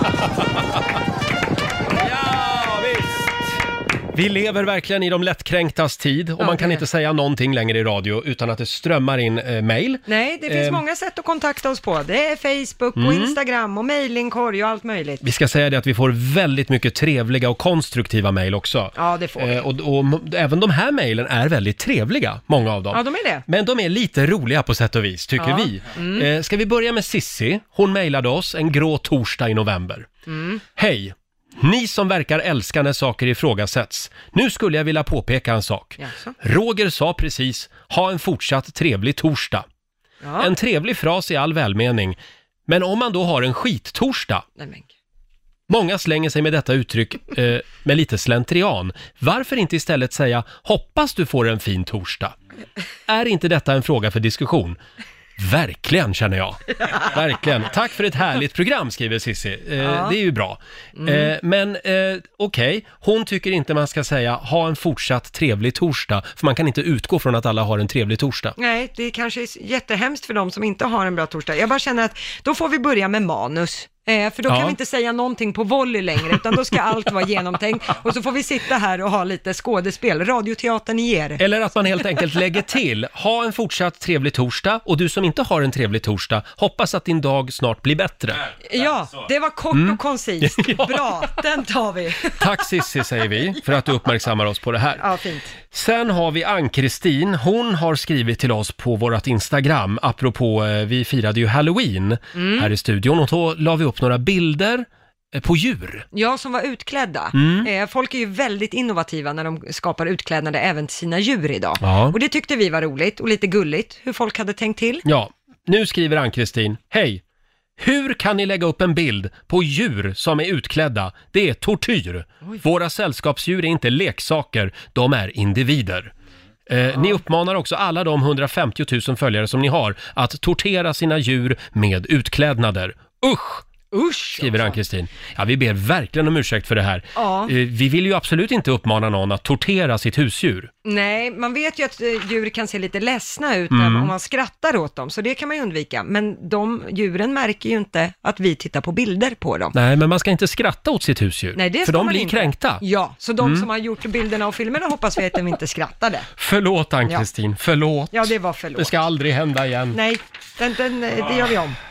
Vi lever verkligen i de lättkränktas tid och Ja, man kan det. inte säga någonting längre i radio utan att det strömmar in eh, mail. Nej, det finns Eh, många sätt att kontakta oss på. Det är Facebook och Instagram och mejlingkorg och allt möjligt. Vi ska säga det att vi får väldigt mycket trevliga och konstruktiva mejl också. Ja, det får vi. Eh, och, och, och även de här mejlen är väldigt trevliga, många av dem. Ja, de är det. Men de är lite roliga på sätt och vis, tycker Ja. vi. Eh, ska vi börja med Sissi? Hon mejlade oss en grå torsdag i november. Hej! Ni som verkar älska när saker ifrågasätts. Nu skulle jag vilja påpeka en sak. Jaså? Roger sa precis, ha en fortsatt trevlig torsdag. Ja. En trevlig fras i all välmening. Men om man då har en skittorsdag. Nej, men. Många slänger sig med detta uttryck eh, med lite slentrian. Varför inte istället säga, hoppas du får en fin torsdag? Är inte detta en fråga för diskussion? Verkligen, känner jag. Verkligen. Tack för ett härligt program, skriver Sissi. Eh, Ja. Det är ju bra. Eh, men eh, okej, okay. Hon tycker inte man ska säga ha en fortsatt trevlig torsdag. För man kan inte utgå från att alla har en trevlig torsdag. Nej, det kanske är jättehemskt för dem som inte har en bra torsdag. Jag bara känner att då får vi börja med manus. Eh, för då Ja. kan vi inte säga någonting på volley längre, utan då ska allt vara genomtänkt. Och så får vi sitta här och ha lite skådespel, radioteatern i er. Eller att man helt enkelt lägger till, ha en fortsatt trevlig torsdag och du som inte har en trevlig torsdag, hoppas att din dag snart blir bättre. Ja, det var kort och koncist. Bra, den tar vi. Tack Sissi, säger vi, för att du uppmärksammar oss på det här. Ja, fint. Sen har vi Ann-Kristin, hon har skrivit till oss på vårt Instagram, apropå, eh, vi firade ju Halloween här i studion och då la vi upp några bilder eh, på djur. Ja, som var utklädda. Mm. Eh, folk är ju väldigt innovativa när de skapar utklädnader även till sina djur idag. Ja. Och det tyckte vi var roligt och lite gulligt, hur folk hade tänkt till. Ja, nu skriver Ann-Kristin, hej! Hur kan ni lägga upp en bild på djur som är utklädda? Det är tortyr. Våra sällskapsdjur är inte leksaker, de är individer. Eh, Ni uppmanar också alla de hundrafemtio tusen följare som ni har att tortera sina djur med utklädnader. Usch! Usch! Skriver Ann-Kristin. Ja, vi ber verkligen om ursäkt för det här. Ja. Eh, Vi vill ju absolut inte uppmana någon att tortera sitt husdjur. Nej, man vet ju att eh, djur kan se lite ledsna ut Mm. när, om man skrattar åt dem, så det kan man ju undvika. Men de djuren märker ju inte att vi tittar på bilder på dem. Nej, men man ska inte skratta åt sitt husdjur. Nej, det för ska de man blir inte. kränkta. Ja, så de som har gjort bilderna och filmerna hoppas vi att de inte skrattade. Förlåt Ann-Kristin, förlåt. Ja, det var förlåt. Det ska aldrig hända igen. Nej, den, den, eh, det gör vi om.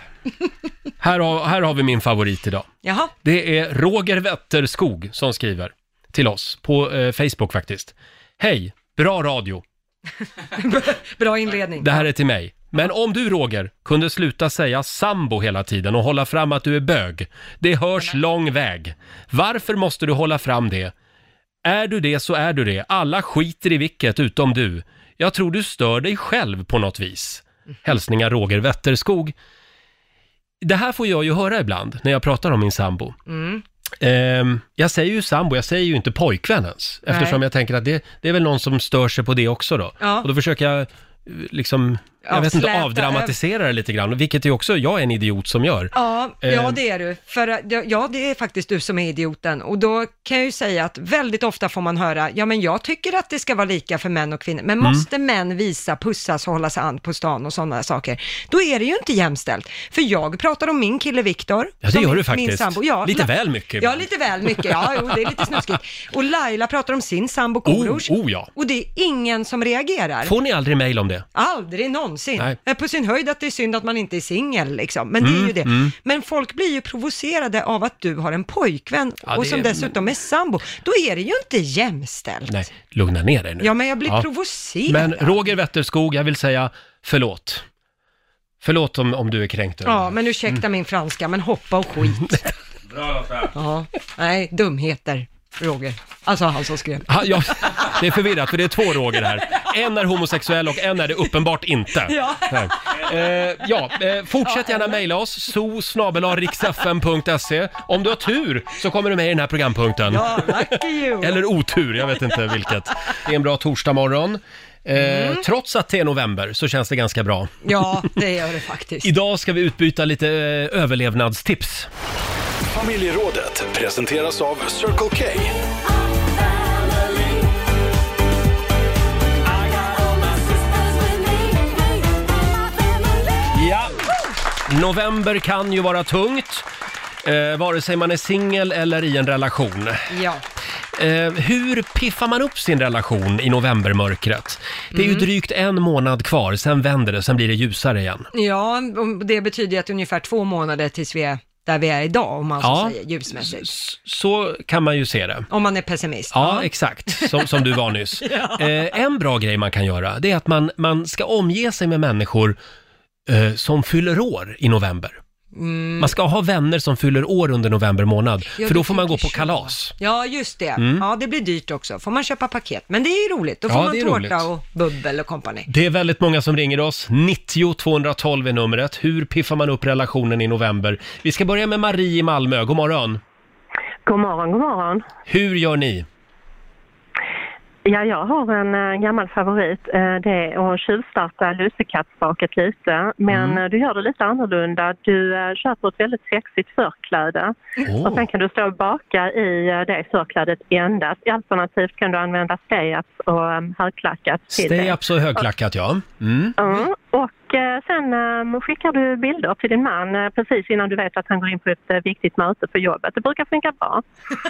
Här har, här har vi min favorit idag. Jaha, Det är Roger Wetterskog som skriver till oss på eh, Facebook faktiskt. Hej, bra radio. bra inledning. Det här är till mig. Men om du, Roger, kunde sluta säga sambo hela tiden och hålla fram att du är bög. Det hörs lång väg. Varför måste du hålla fram det? Är du det så är du det. Alla skiter i vilket utom du. Jag tror du stör dig själv på något vis. Hälsningar Roger Wetterskog. Det här får jag ju höra ibland när jag pratar om min sambo. Mm. Ehm, jag säger ju sambo, jag säger ju inte pojkvän ens. Eftersom Nej. jag tänker att det, det är väl någon som stör sig på det också då. Ja. Och då försöker jag eh, liksom, jag Ja, vet inte, släta avdramatisera det lite grann. Vilket är också jag är en idiot som gör. Ja, Eh. ja, det är du. För, att- ja, det är faktiskt du som är idioten. Och då kan jag ju säga att väldigt ofta får man höra, ja men jag tycker att det ska vara lika för män och kvinnor. Men Mm. måste män visa, pussas och hålla sig an på stan och sådana saker, då är det ju inte jämställt. För jag pratar om min kille Viktor. Ja, det som gör min- du faktiskt. Min sambo. Ja, Lite La- väl mycket Ja, ibland. lite väl mycket. Ja, jo, det är lite snuskigt. Och Laila pratar om sin sambo Oh, Korosh. oh ja. Och det är ingen som reagerar. Får ni aldrig mejl om det? Aldrig någonsin. Nej. Eh, På sin höjd att det är synd att man inte är singel liksom. Men det är ju det. Men folk blir ju provocerade av att du har en pojkvän Ja, och det som är- dessutom är sambo. Då är det ju inte jämställt. Nej, lugna ner dig nu. Ja, men jag blir Ja. provocerad. Men Roger Wetterskog, jag vill säga förlåt. Förlåt om, om du är kränkt över Ja, det. men ursäkta min franska, men hoppa och skit. Bra Lotta. Ja, nej, dumheter, Roger. Alltså han som skrev. Ha, ja, det är förvirrat för det är två Roger här. En är homosexuell och en är det uppenbart inte. Ja. Eh, ja, eh, fortsätt gärna mejla oss, so snabel-a riksfm punkt se. Om du har tur så kommer du med i den här programpunkten. Ja, lucky you. Eller otur, jag vet inte vilket. Det är en bra torsdagmorgon. Eh, mm. Trots att det är november så känns det ganska bra. Ja, det gör det faktiskt. Idag ska vi utbyta lite eh, överlevnadstips. Familjerådet presenteras av Circle K. Ja, november kan ju vara tungt, eh, vare sig man är singel eller i en relation. Ja. Eh, hur piffar man upp sin relation i novembermörkret? Det är ju drygt en månad kvar, sen vänder det, sen blir det ljusare igen. Ja, och det betyder att ungefär två månader tills vi är där vi är idag, om man så Ja, säger, ljusmässigt. s- Så kan man ju se det. Om man är pessimist. Ja, exakt. Som, som du var nyss. Ja. Eh, en bra grej man kan göra, det är att man, man ska omge sig med människor eh, som fyller år i november. Man ska ha vänner som fyller år under november månad, Ja, för då du får man gå tänker på så. kalas. Ja, just det. Mm. Ja, det blir dyrt också. Får man köpa paket. Men det är ju roligt. Då Ja, får det man är tårta roligt. och bubbel och kompani. Det är väldigt många som ringer oss. nittio tvåhundratolv är numret. Hur piffar man upp relationen i november? Vi ska börja med Marie i Malmö. God morgon. God morgon, god morgon. Hur gör ni? Ja, jag har en uh, gammal favorit. Uh, det är att tjuvstarta lussekattstaket lite. Men Mm. uh, du gör det lite annorlunda. Du uh, köper ett väldigt sexigt förkläde. Åh. Och sen kan du stå och baka i uh, det förklädet endast. Alternativt kan du använda stay-ups och um, högklackat till det. Stay-ups och högklackat, ja. Mm. Mm. Och uh, sen um, skickar du bilder till din man uh, precis innan du vet att han går in på ett uh, viktigt möte på jobbet. Det brukar funka bra.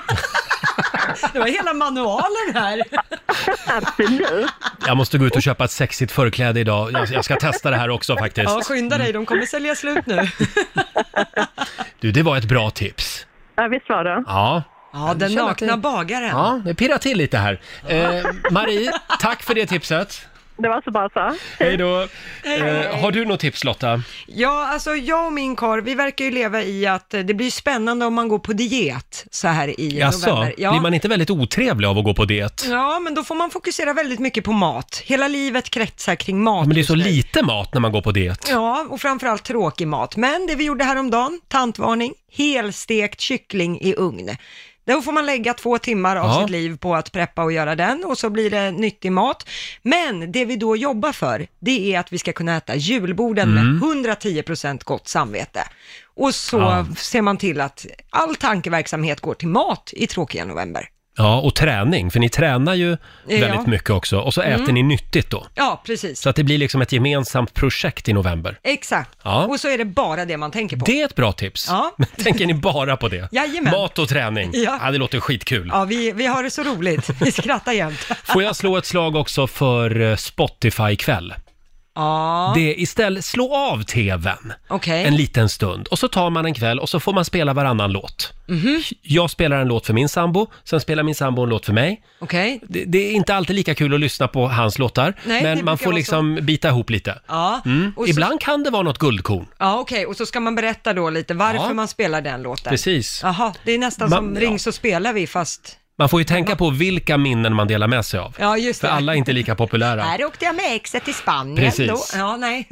Det var hela manualen här. Absolut. Jag måste gå ut och köpa ett sexigt förkläde idag. Jag, jag ska testa det här också faktiskt. Ja, skynda dig. De kommer sälja slut nu. Du, det var ett bra tips. Ja, visst var det. Ja. Ja, den känner att nakna det- bagaren. Ja, det pirrar till lite här. Eh, Marie, tack för det tipset. Det var så bra så. Hej då. Eh, har du något tips, Lotta? Ja, alltså jag och min karl, vi verkar ju leva i att eh, det blir spännande om man går på diet så här i Jaså, november. Ja. blir man inte väldigt otrevlig av att gå på diet? Ja, men då får man fokusera väldigt mycket på mat. Hela livet kretsar kring mat. Men det är så just nu. lite mat när man går på diet. Ja, och framförallt tråkig mat. Men det vi gjorde häromdagen, tantvarning, helstekt kyckling i ugn. Då får man lägga två timmar av Ja. sitt liv på att preppa och göra den och så blir det nyttig mat. Men det vi då jobbar för, det är att vi ska kunna äta julborden Mm. med hundratio procent gott samvete. Och så Ja. ser man till att all tankeverksamhet går till mat i tråkiga november. Ja, och träning, för ni tränar ju Ja. väldigt mycket också. Och så äter ni nyttigt då. Ja, precis. Så att det blir liksom ett gemensamt projekt i november. Exakt. Ja. Och så är det bara det man tänker på. Det är ett bra tips. Ja. Men tänker ni bara på det? Jajamän. Mat och träning. Ja. Ja, det låter skitkul. Ja, vi, vi har det så roligt. Vi skrattar jämt. Får jag slå ett slag också för eh, Spotify-kväll? Ja, Det är istället, slå av tvn okej. en liten stund och så tar man en kväll och så får man spela varannan låt. Mhm. Jag spelar en låt för min sambo, sen spelar min sambo en låt för mig. Okej. Det, det är inte alltid lika kul att lyssna på hans låtar, Nej, det men man brukar får vara liksom bita ihop lite. Ja, Mm. och så, Ibland kan det vara något guldkorn. ja okej. Och så ska man berätta då lite varför Ja. man spelar den låten. Precis. Jaha, det är nästan Man- som ja. Ring så spelar vi fast... Man får ju tänka på vilka minnen man delar med sig av. Ja, just För det. alla är inte lika populära. Här åkte jag med exet till Spanien Precis. då. Ja, nej.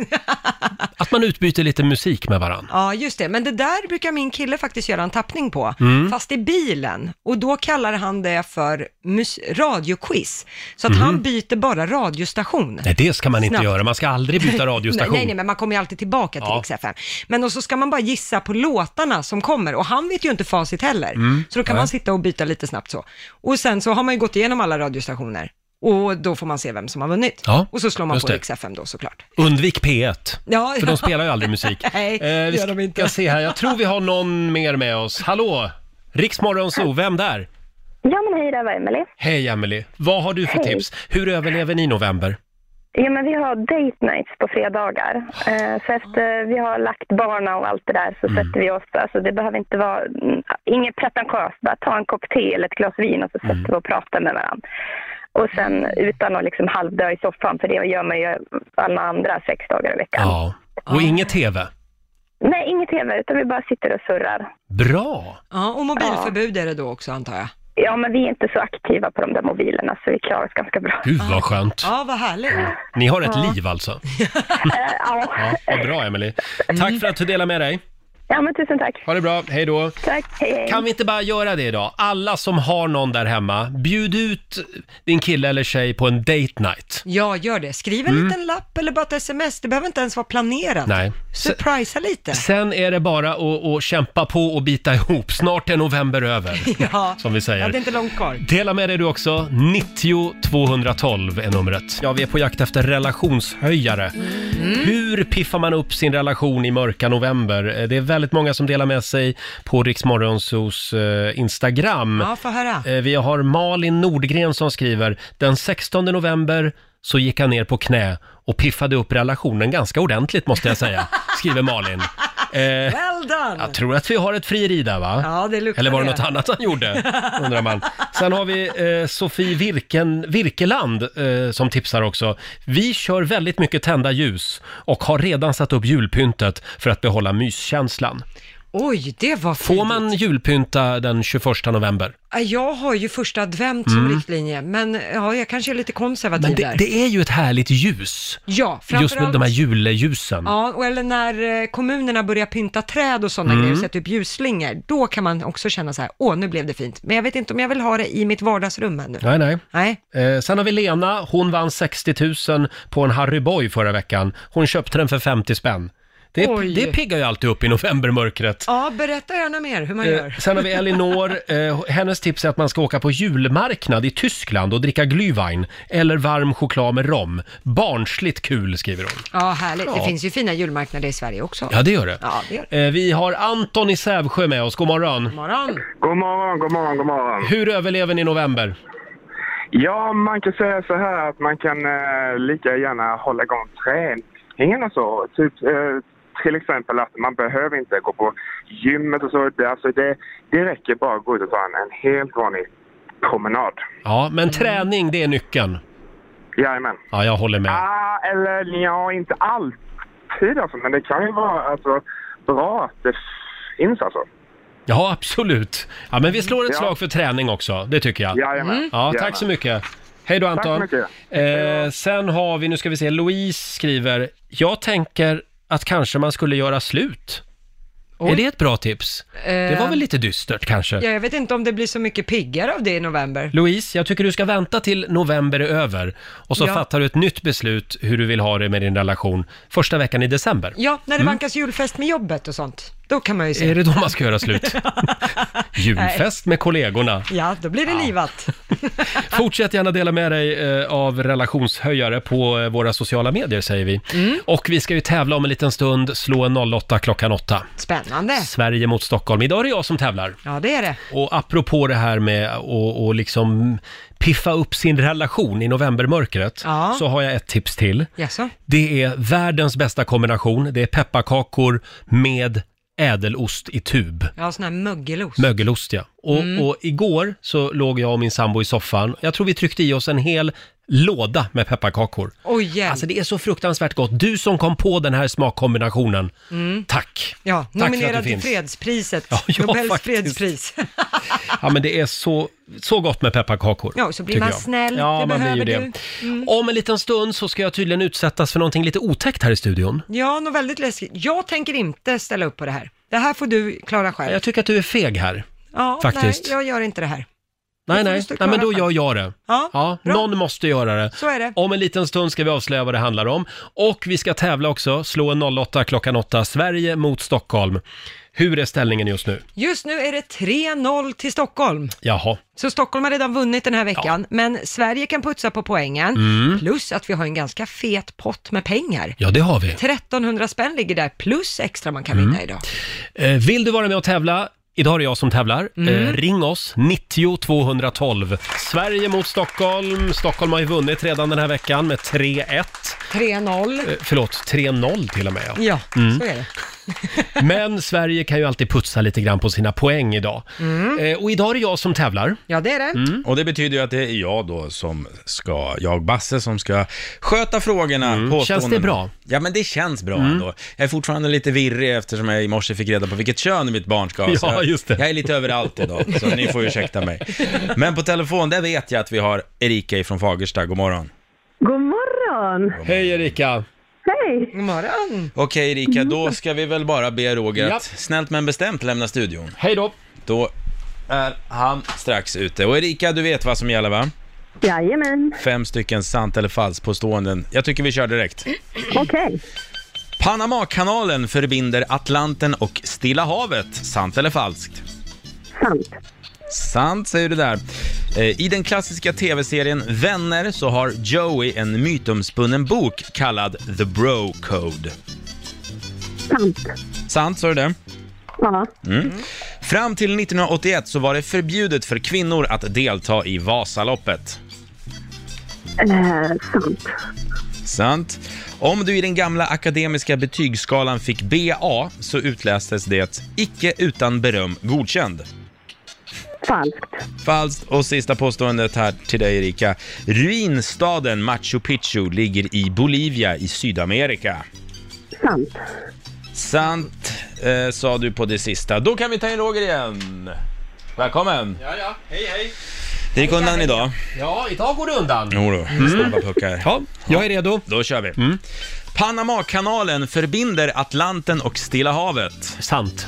Att man utbyter lite musik med varann. Ja, just det. Men det där brukar min kille faktiskt göra en tappning på. Mm. Fast i bilen. Och då kallar han det för mus- radioquiz. Så att Mhm. han byter bara radiostation. Nej, det ska man inte Snabbt. göra. Man ska aldrig byta radiostation. Nej, nej, men man kommer ju alltid tillbaka till Ja. X F M. Men och så ska man bara gissa på låtarna som kommer och han vet ju inte facit heller. Mm, Så då kan nej. man sitta och byta lite snabbt så. Och sen så har man ju gått igenom alla radiostationer och då får man se vem som har vunnit. Ja, Och så slår man just på det. X F M då såklart. Undvik P ett. Ja, För de spelar ju aldrig musik. Nej, Eh, det vi gör de inte. ska se här. Jag tror vi har någon mer med oss. Hallå! Riksmorgon Zoo, vem där? Ja, men hej, det var Emily. Hej Emily. Vad har du för Hej. tips? Hur överlever ni november? Ja, men vi har date nights på fredagar. Eh, så efter vi har lagt barna och allt det där så sätter vi oss där. Så det behöver inte vara mm, inget pretentiöst. Bara ta en kopp te eller ett glas vin och så sätter vi och pratar med varandra. Och sen utan att liksom halvdö i soffan, för det gör man ju alla andra sex dagar i veckan. Ja. Och inget T V? Nej, inget tv, utan vi bara sitter och surrar. Bra! Ja, och mobilförbud är det då också antar jag. Ja, men vi är inte så aktiva på de där mobilerna så vi klarar oss ganska bra. Gud vad skönt. Ja, vad härligt. Ni har ett liv alltså. Eh, ja. Ja, vad bra Emily. Tack för att du delar med dig. ja, men tusen tack. Ha det bra, hej då. Tack, hej hej. Kan vi inte bara göra det idag? Alla som har någon där hemma, bjud ut din kille eller tjej på en date night. Ja, gör det. Skriv en liten lapp eller bara ett sms. Det behöver inte ens vara planerat. Nej. Surprisa lite. Sen är det bara att, att kämpa på och bita ihop. Snart är november över, Ja, som vi säger. ja, det är inte långt kvar. Dela med dig du också. nittio tvåhundratolv är numret. Ja, vi är på jakt efter relationshöjare. Mm. Hur piffar man upp sin relation i mörka november? Det är väldigt många som delar med sig på Rix Morgonzos eh, Instagram. Ja, få höra. Eh, vi har Malin Nordgren som skriver: den sextonde november så gick han ner på knä och piffade upp relationen ganska ordentligt, måste jag säga, skriver Malin. Eh, Well done! jag tror att vi har ett frieri där, va? Ja, det luktar Eller var det det. något annat han gjorde, undrar man. Sen har vi eh, Sofie Virken, Virkeland eh, som tipsar också. Vi kör väldigt mycket tända ljus och har redan satt upp julpyntet för att behålla myskänslan. Oj, det var Får man julpynta den tjugoförsta november? Ja, jag har ju första advent som riktlinje, men ja, jag kanske är lite konservativ Men det, där. det är ju ett härligt ljus. Ja, Just med de här julljusen. Ja, och eller när eh, kommunerna börjar pynta träd och sådana Mm. grejer och sätta upp ljusslingor, då kan man också känna så här: åh, nu blev det fint. Men jag vet inte om jag vill ha det i mitt vardagsrum ännu. Nej, nej. Nej. Eh, sen har vi Lena, hon vann sextio tusen på en Harry Boy förra veckan. Hon köpte den för femtio spänn. Det, Oj. det piggar ju alltid upp i novembermörkret. Ja, berätta gärna mer hur man Eh, gör. sen har vi Elinor, eh, hennes tips är att man ska åka på julmarknad i Tyskland och dricka glühwein eller varm choklad med rom. Barnsligt kul, skriver hon. Ja, härligt. Ja. Det finns ju fina julmarknader i Sverige också. Ja, det gör det. Ja, det gör det. Eh, vi har Anton i Sävsjö med oss, god morgon. God morgon. God morgon, god morgon, god morgon. Hur överlever ni november? Ja, man kan säga så här att man kan eh, lika gärna hålla igång träningen och så. Typ, eh, till exempel att man behöver inte gå på gymmet och så. Det, alltså det, det räcker bara att gå ut och ta en, en helt vanlig promenad. Ja, men träning, det är nyckeln. Jajamän. Ja, jag håller med. Ah, eller ja, inte alltid alltså, men det kan ju vara alltså, bra att det finns alltså. Ja, absolut. Ja, men vi slår ett Ja. slag för träning också, det tycker jag. Jajamän. Ja, tack Jajamän. så mycket. Hej då, Anton. Tack så mycket. Eh, sen har vi, nu ska vi se, Louise skriver: jag tänker att kanske man skulle göra slut. Oj. Är det ett bra tips? Det var Eh, väl lite dystert kanske? Ja, jag vet inte om det blir så mycket piggare av det i november. Louise, jag tycker du ska vänta till november är över och så Ja. fattar du ett nytt beslut hur du vill ha det med din relation första veckan i december. Ja, när det vankas julfest med jobbet och sånt. Då kan man ju se. Är det då man ska göra slut? Julfest med kollegorna. Ja, då blir det livat. Fortsätt gärna dela med dig eh, av relationshöjare på eh, våra sociala medier, säger vi. Och vi ska ju tävla om en liten stund, slå en noll åtta klockan åtta. Spännande. Sverige mot Stockholm. Idag är det jag som tävlar. Ja, det är det. Och apropå det här med att och liksom piffa upp sin relation i novembermörkret, Ja. så har jag ett tips till. Jaså? Det är världens bästa kombination. Det är pepparkakor med ädelost i tub. Ja, sån här mögelost. Mögelost, ja. Och, Mm. och igår så låg jag och min sambo i soffan. Jag tror vi tryckte i oss en hel låda med pepparkakor. Oj, hjälp. Alltså det är så fruktansvärt gott. Du som kom på den här smakkombinationen, tack. Ja, för att nominerad du till finns. fredspriset. Ja, ja, Nobels faktiskt. fredspris. Ja, men det är så, så gott med pepparkakor. Ja, så blir tycker man jag. snäll. Ja, Det man blir ju behöver det. du. Mm. Om en liten stund så ska jag tydligen utsättas för någonting lite otäckt här i studion. Ja, något väldigt läskigt. Jag tänker inte ställa upp på det här. Det här får du klara själv. Jag tycker att du är feg här. Ja, faktiskt. Nej, jag gör inte det här. Nej, får nej. du stå nej men då klara gör jag det. Ja, Ja, bra. någon måste göra det. Så är det. Om en liten stund ska vi avslöja vad det handlar om. Och vi ska tävla också, slå en noll åtta klockan åtta, Sverige mot Stockholm. Hur är ställningen just nu? Just nu är det tre noll till Stockholm. Jaha. Så Stockholm har redan vunnit den här veckan, men Sverige kan putsa på poängen. Plus att vi har en ganska fet pott med pengar. Ja, det har vi. trettonhundra spänn ligger där, plus extra man kan vinna idag. Eh, vill du vara med och tävla? Idag är det jag som tävlar. Eh, ring oss, nittio tvåhundratolv. Sverige mot Stockholm. Stockholm har ju vunnit redan den här veckan med tre ett. tre noll. Eh, förlåt, tre noll till och med. Ja. Ja, så är det. Men Sverige kan ju alltid putsa lite grann på sina poäng idag. Mm. Eh, och idag är det jag som tävlar. Ja, det är det. Mm. Och det betyder ju att det är jag då som ska, jag Basse, som ska sköta frågorna. Mm. Känns det bra? Ja, men det känns bra mm. ändå. Jag är fortfarande lite virrig eftersom jag i morse fick reda på vilket kön mitt barn ska ha. Ja, just det. Jag är lite överallt idag, så ni får ursäkta mig. Men på telefon, där vet jag att vi har Erika ifrån Fagersta. God morgon. God morgon. Hej Erika. Hej. God morgon. Okej Erika, då ska vi väl bara be Roger att Japp. snällt men bestämt lämna studion. Hej då. Då är han strax ute. Och Erika, du vet vad som gäller, va? Jajamän. Fem stycken sant eller falskt påståenden. Jag tycker vi kör direkt. Okej. Okay. Panamakanalen förbinder Atlanten och Stilla havet. Sant eller falskt? Sant. Sant, säger du där. I den klassiska tv-serien Vänner så har Joey en mytomspunnen bok kallad The Bro Code. Sant. Sant, sa du det? Ja. Mm. Fram till nittonhundraåttioett så var det förbjudet för kvinnor att delta i Vasaloppet. Eh, sant. Sant. Om du i den gamla akademiska betygsskalan fick B A så utlästes det icke utan beröm godkänd. Falskt. Falskt. Och sista påståendet här till dig, Erika. Ruinstaden Machu Picchu ligger i Bolivia i Sydamerika. Sant. Sant, eh, sa du på det sista. Då kan vi ta in Roger igen. Välkommen. Ja, ja. Hej, hej. Det gick undan idag. Ja, idag går det undan. Jo då, mm. snabba puckar. Ja, jag är redo. Då kör vi. Mm. Panamakanalen förbinder Atlanten och Stilla havet. Sant.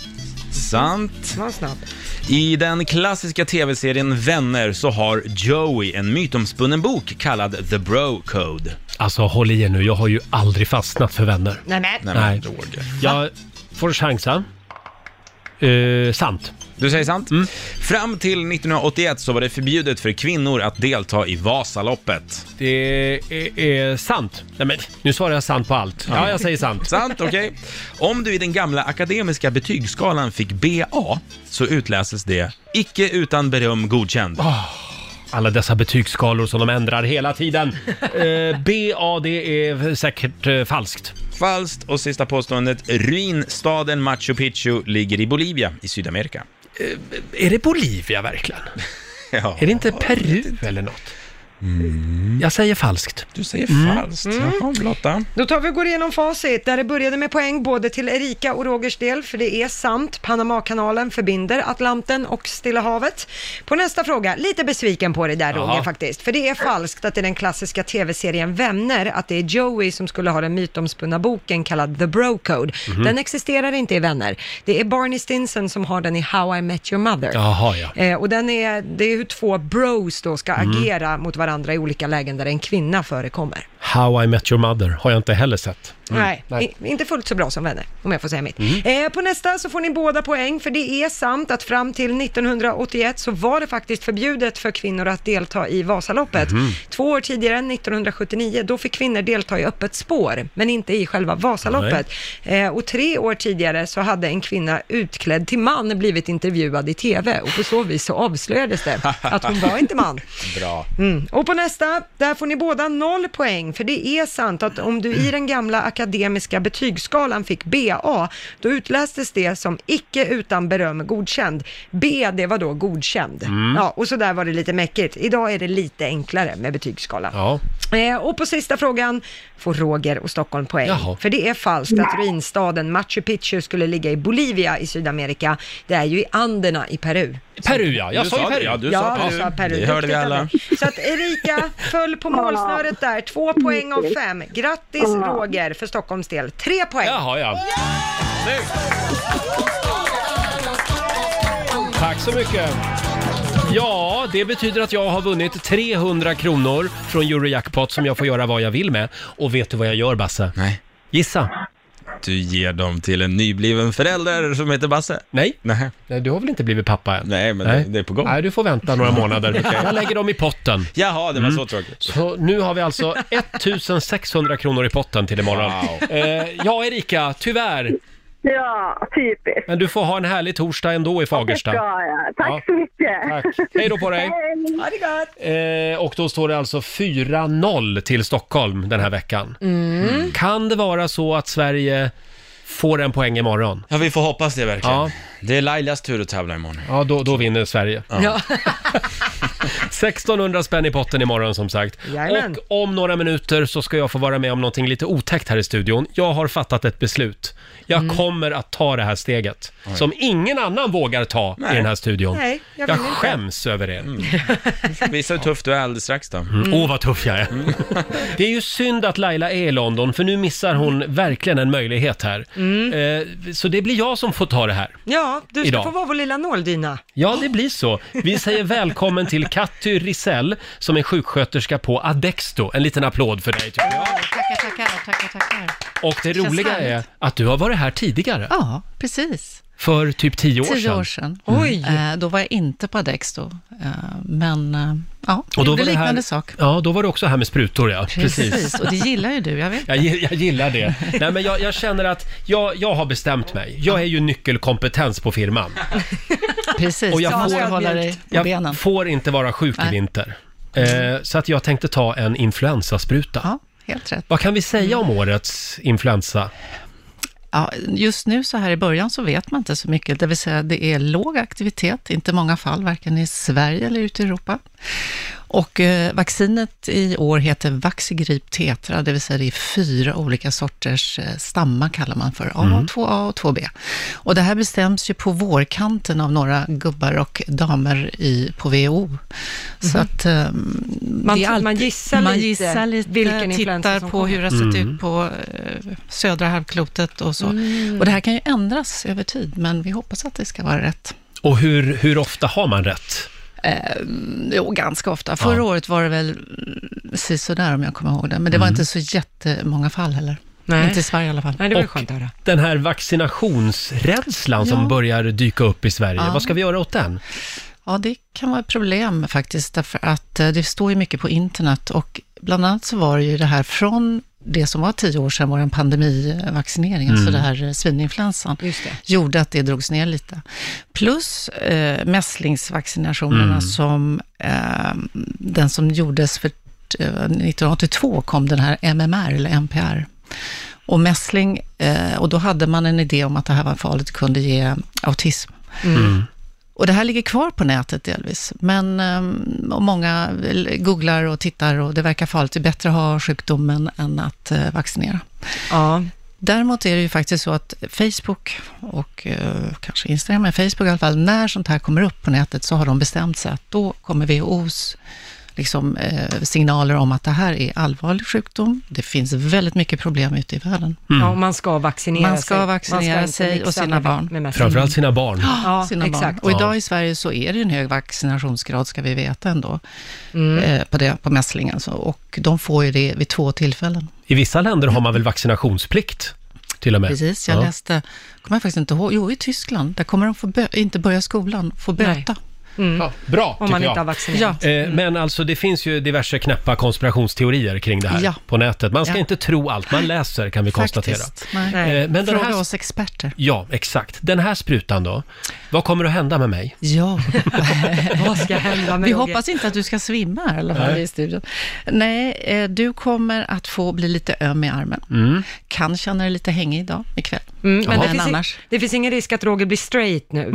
Sant. Var snabb. I den klassiska tv-serien Vänner så har Joey en mytomspunnen bok kallad The Bro Code. Alltså håll i er nu, jag har ju aldrig fastnat för Vänner. Nej, men. Nej, Nej. men Roger. Jag får chansa. Uh, sant. Du säger sant? Mm. Fram till nittonhundraåttioett så var det förbjudet för kvinnor att delta i Vasaloppet. Det är, är sant. Nej, men nu svarar jag sant på allt. Ja, jag säger sant. Sant, okej. Okay. Om du i den gamla akademiska betygsskalan fick B A så utläses det icke utan beröm godkänd. Oh, alla dessa betygsskalor som de ändrar hela tiden. uh, B A, det är säkert uh, falskt. Falskt. Och sista påståendet. Ruinstaden Machu Picchu ligger i Bolivia i Sydamerika. Är det Bolivia verkligen? Ja. Är det inte Peru eller något? Mm. Jag säger falskt. Du säger mm. falskt. Mm. Jaha, Lotta. Då tar vi och går igenom facit där det började med poäng både till Erika och Rogers del, för det är sant. Panamakanalen förbinder Atlanten och Stilla havet. På nästa fråga, lite besviken på det där Roger Jaha. faktiskt, för det är falskt att i den klassiska tv-serien Vänner att det är Joey som skulle ha den mytomspunna boken kallad The Bro Code. Mm-hmm. Den existerar inte i Vänner. Det är Barney Stinson som har den i How I Met Your Mother. Jaha, ja. Eh, och den är, det är hur två bros då ska mm. agera mot varandra i olika lägen där en kvinna förekommer. How I Met Your Mother har jag inte heller sett. Mm. Nej, Nej. I, inte fullt så bra som Vänner, om jag får säga mitt. Mm. Eh, på nästa så får ni båda poäng, för det är sant att fram till nittonhundraåttioett så var det faktiskt förbjudet för kvinnor att delta i Vasaloppet. Mm. Två år tidigare, nittonhundrasjuttionio, då fick kvinnor delta i öppet spår, men inte i själva Vasaloppet. Eh, och tre år tidigare så hade en kvinna utklädd till man blivit intervjuad i tv, och på så vis så avslöjades det att hon var inte man. Bra. Mm. Och på nästa, där får ni båda noll poäng, för det är sant att om du i den gamla akademiska betygsskalan fick B A, då utlästes det som icke utan beröm godkänd. B, det var då godkänd. Mm. Ja, och så där var det lite mäckigt. Idag är det lite enklare med betygsskalan. Ja. Eh, och på sista frågan får Roger och Stockholm poäng. Jaha. För det är falskt att ruinstaden Machu Picchu skulle ligga i Bolivia i Sydamerika. Det är ju i Anderna i Peru. Peru, ja. Jag du sa ju Peru. Ja, du ja, sa Peru. Sa Peru. Det hörde vi alla. Så att Erika föll på målsnöret där. Två poäng av fem. Grattis Roger för Stockholms del. Tre poäng. Jaha, ja. Snyggt. Tack så mycket. Ja, det betyder att jag har vunnit trehundra kronor från Eurojackpot som jag får göra vad jag vill med. Och vet du vad jag gör, Basse? Nej. Gissa. Du ger dem till en nybliven förälder som heter Basse? Nej. Nej. Nej, du har väl inte blivit pappa än? Nej, men Nej. Det, det är på gång. Nej, du får vänta några månader. Okay. Jag lägger dem i potten. Jaha, det var mm. så tråkigt. Så nu har vi alltså ettusensexhundra kronor i potten till imorgon. Wow. Eh, ja, Erika, tyvärr. Ja, typiskt. Men du får ha en härlig torsdag ändå i Fagersta. Det ska jag. Tack Ja. så mycket. Tack. Hej då på dig. Hej. Ha det gott. Eh, och då står det alltså fyra noll till Stockholm den här veckan. Mm. Kan det vara så att Sverige får en poäng imorgon. Ja, vi får hoppas det verkligen. Ja. Det är Lailas tur att tävla imorgon. Ja, då, då vinner Sverige. Ja. sextonhundra spänn i potten imorgon som sagt. Jajamän. Och om några minuter så ska jag få vara med om någonting lite otäckt här i studion. Jag har fattat ett beslut. Jag Mm. kommer att ta det här steget som ingen annan vågar ta Nej. i den här studion. Nej, jag jag vill inte. skäms över er. Mm. Visa hur tuff du är alldeles strax då. Åh, oh, vad tuff jag är. Det är ju synd att Laila är i London, för nu missar hon verkligen en möjlighet här. Eh, så det blir jag som får ta det här. Ja, du ska Idag. få vara vår lilla nåldyna. Ja, det blir så. Vi säger välkommen till Katty Risell som är sjuksköterska på Adexto. En liten applåd för dig, tycker jag. Tackar, tackar, tackar, tackar. Och det Känns roliga härligt. är att du har varit här tidigare. Ja, precis. För typ tio år Tio sedan. år sedan. Oj. Eh, då var jag inte på Adexto. Eh, men eh, ja, Och då det var det liknande här, sak. Ja, då var det också här med sprutor, ja. Precis. Precis. Och det gillar ju du, jag vet. Jag, gi- jag gillar det. Nej, men jag, jag känner att jag, jag har bestämt mig. Jag är ju nyckelkompetens på firman. Precis, Och jag du måste får- hålla dig på Jag benen. får inte vara sjuk i Nej. vinter. Eh, så att jag tänkte ta en influensaspruta. Ja, helt rätt. Vad kan vi säga om årets influensa? Ja, just nu så här i början så vet man inte så mycket. Det vill säga det är låg aktivitet, inte många fall, varken i Sverige eller ute i Europa. Och eh, vaccinet i år heter Vaxigrip tetra, det vill säga det är fyra olika sorters eh, stammar kallar man för, A, två A och två B. Och det här bestäms ju på vårkanten av några gubbar och damer i, på W H O. Så att eh, Man, det är alltid- man gissar man lite, gissar lite, vilken influensa tittar som på kommer. hur det har sett Mm. ut på eh, södra halvklotet och så. Mm. Och det här kan ju ändras över tid, men vi hoppas att det ska vara rätt. Och hur, hur ofta har man rätt? Eh, jo, ganska ofta. Förra Ja. året var det väl si sådär om jag kommer ihåg det, men det var inte så jättemånga fall heller. Nej. Inte i Sverige i alla fall. Nej, det var Och- skönt att höra. Den här vaccinationsrädslan som Ja. börjar dyka upp i Sverige. Ja. Vad ska vi göra åt den? Ja, det kan vara ett problem faktiskt, därför att eh, det står ju mycket på internet och bland annat så var det ju det här från det som var tio år sedan var en pandemivaccinering, alltså det här eh, svininfluensan, Just det. gjorde att det drogs ner lite. Plus eh, mässlingsvaccinationerna Mm. som eh, den som gjordes för eh, nittonhundraåttiotvå kom den här M M R eller M P R. Och mässling, eh, och då hade man en idé om att det här var farligt, kunde ge autism. Mm. Och det här ligger kvar på nätet delvis, men um, och många googlar och tittar och det verkar farligt. Det är bättre att ha sjukdomen än att uh, vaccinera. Ja. Däremot är det ju faktiskt så att Facebook och uh, kanske Instagram, men Facebook i alla fall, när sånt här kommer upp på nätet så har de bestämt sig att då kommer W H O:s liksom, eh, signaler om att det här är allvarlig sjukdom. Det finns väldigt mycket problem ute i världen. Ja, och man ska vaccinera Man ska sig. vaccinera inte sig och mixa sina med- barn. med mässling. Framförallt sina barn. Ja, Sina barn. exakt. Och Ja. idag i Sverige så är det en hög vaccinationsgrad, ska vi veta ändå, Mm. eh, på, det, på mässling alltså. Och de får ju det vid två tillfällen. I vissa länder har man väl vaccinationsplikt till och med. Precis, jag Ja. läste, kommer jag faktiskt inte ihåg, jo i Tyskland, där kommer de få bö- inte börja skolan, få böta. Mm. Ja, bra, Om man tycker inte har jag. vaccinerat. Ja. Eh, men alltså det finns ju diverse knäppa konspirationsteorier kring det här Ja. på nätet. Man ska Ja. inte tro allt man läser, kan vi konstatera. Faktiskt. Nej. Nej. Eh, men den Fråga här... oss experter. Ja, exakt. Den här sprutan då? Vad kommer att hända med mig? Ja. Vad ska hända med Vi Roger? hoppas inte att du ska svimma här, i alla fall Nej. i studion. Nej, eh, du kommer att få bli lite öm i armen. Mm. Kan känna dig lite hängig idag, ikväll. Mm, men det Men finns, annars- i, det finns ingen risk att Roger blir straight nu.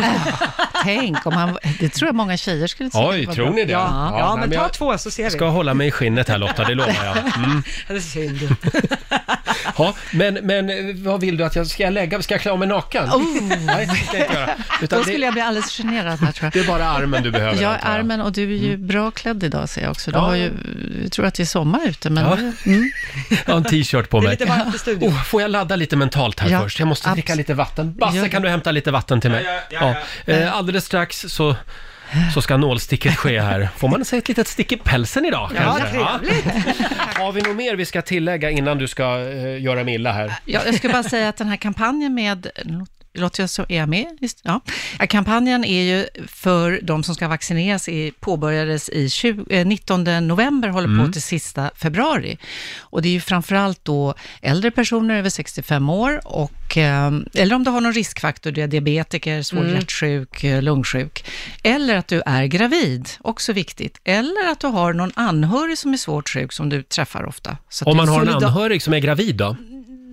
Tänk om han, det tror jag många tjejer skulle tycka Oj, var tror bra. ni det? Ja, ja, nej, men ta jag två så ser vi. ska hålla mig i skinnet här Lotta, det lovar jag. Mm. Det är synd. Ja, men, men eh, vad vill du att jag ska jag lägga? Ska jag klä av mig naken? Oh. Nej, det ska jag inte göra. Utan Då det, skulle jag bli alldeles generad här, tror det jag. är bara armen du behöver. Ja, antar jag. armen, och du är ju bra klädd idag, ser jag också. Du Ja. har ju, jag tror att det är sommar ute, men... Ja. Mm. Jag har en t-shirt på Det är mig. lite varmt i studion. Oh, får jag ladda lite mentalt här Ja, först? Jag måste dricka abs- lite vatten. Basse, Gör det. kan du hämta lite vatten till mig? Ja, ja, ja, Eh, alldeles strax så, så ska nålsticket ske här. Får man säga ett litet stick i pälsen idag? Ja, kanske? trevligt. Har vi något mer vi ska tillägga innan du ska eh, göra mig illa här? Ja, jag skulle bara säga att den här kampanjen med... Låter jag så, är jag med? Just, ja. Ja, kampanjen är ju för de som ska vaccineras, i, påbörjades i tjugo, eh, nittonde november, håller Mm. på till sista februari. Och det är ju framförallt då äldre personer över sextiofem år, och, eh, eller om du har någon riskfaktor, du är diabetiker, svår Mm. hjärtsjuk, eh, lungsjuk, eller att du är gravid, också viktigt, eller att du har någon anhörig som är svårt sjuk, som du träffar ofta. Så att Om det är man har en solidar- anhörig som är gravid då?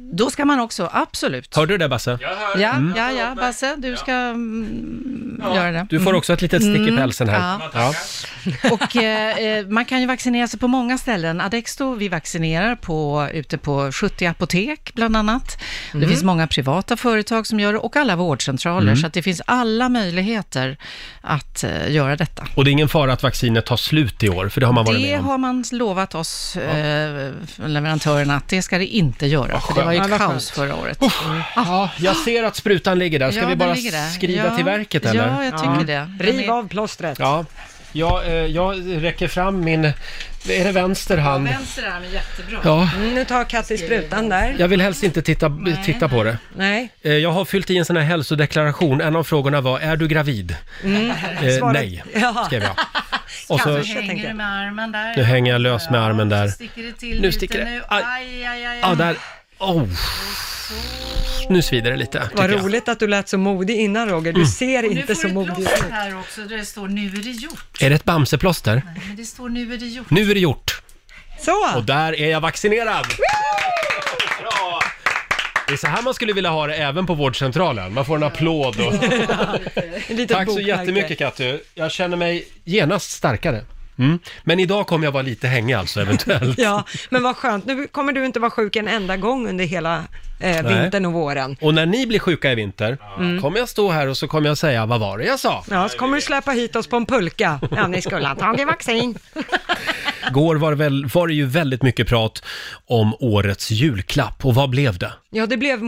Då ska man också, absolut. Hörde du det, Basse? Ja, mm. ja, ja, Basse, du ska mm, ja. göra det. Du får också ett litet stick i pälsen här. Mm, ja. Ja. Och eh, man kan ju vaccinera sig på många ställen. Adexto, vi vaccinerar på, ute på sjuttio apotek bland annat. Mm. Det finns många privata företag som gör det och alla vårdcentraler. Mm. Så att det finns alla möjligheter att uh, göra detta. Och det är ingen fara att vaccinet tar slut i år, för det har man varit det med om. Det har man lovat oss, ja. eh, leverantörerna, att det ska det inte göra. Ja, för det var ju ja, kaos förra året. Mm. Ja, jag ser att sprutan ligger där. Ska ja, vi bara skrida ja. till verket, eller? Ja, jag tycker ja. det. Riv av plåstret. Ja. Jag, eh, jag räcker fram min... Är det vänster hand? Ja, vänster arm är jättebra. Ja. Mm, nu tar Katty sprutan där. Jag vill helst inte titta, titta på det. Nej. Eh, jag har fyllt i en sån här hälsodeklaration. En av frågorna var, är du gravid? Mm. Eh, nej, ja. skrev jag. Och så hänger du med armen där. Nu hänger jag lös med armen där. Sticker det till nu sticker det. Nu. Aj, aj, aj, aj. Ja, där. Oh. Nu svider det lite. Vad roligt att du lät så modig innan, Roger. Du mm. ser inte så modig ut. Här också, där det står nu är det gjort. Är det ett bamseplåster? Nej, men det står nu är det gjort. Nu är det gjort. Så. Och där är jag vaccinerad. Bra. Det är så här man skulle vilja ha det även på vårdcentralen. Man får en applåd. Och... Tack så jättemycket, Katty. Jag känner mig genast starkare. Mm. Men idag kommer jag vara lite hängig alltså, eventuellt. Ja, men vad skönt. Nu kommer du inte vara sjuk en enda gång under hela eh, vintern och våren. Och när ni blir sjuka i vinter mm. kommer jag stå här och så kommer jag säga, vad var det jag sa? Ja, så kommer du släppa hit oss på en pulka. Ja, ni skulle ha tagit vaccin. Går var, väl, var det ju väldigt mycket prat om årets julklapp. Och vad blev det? Ja, det blev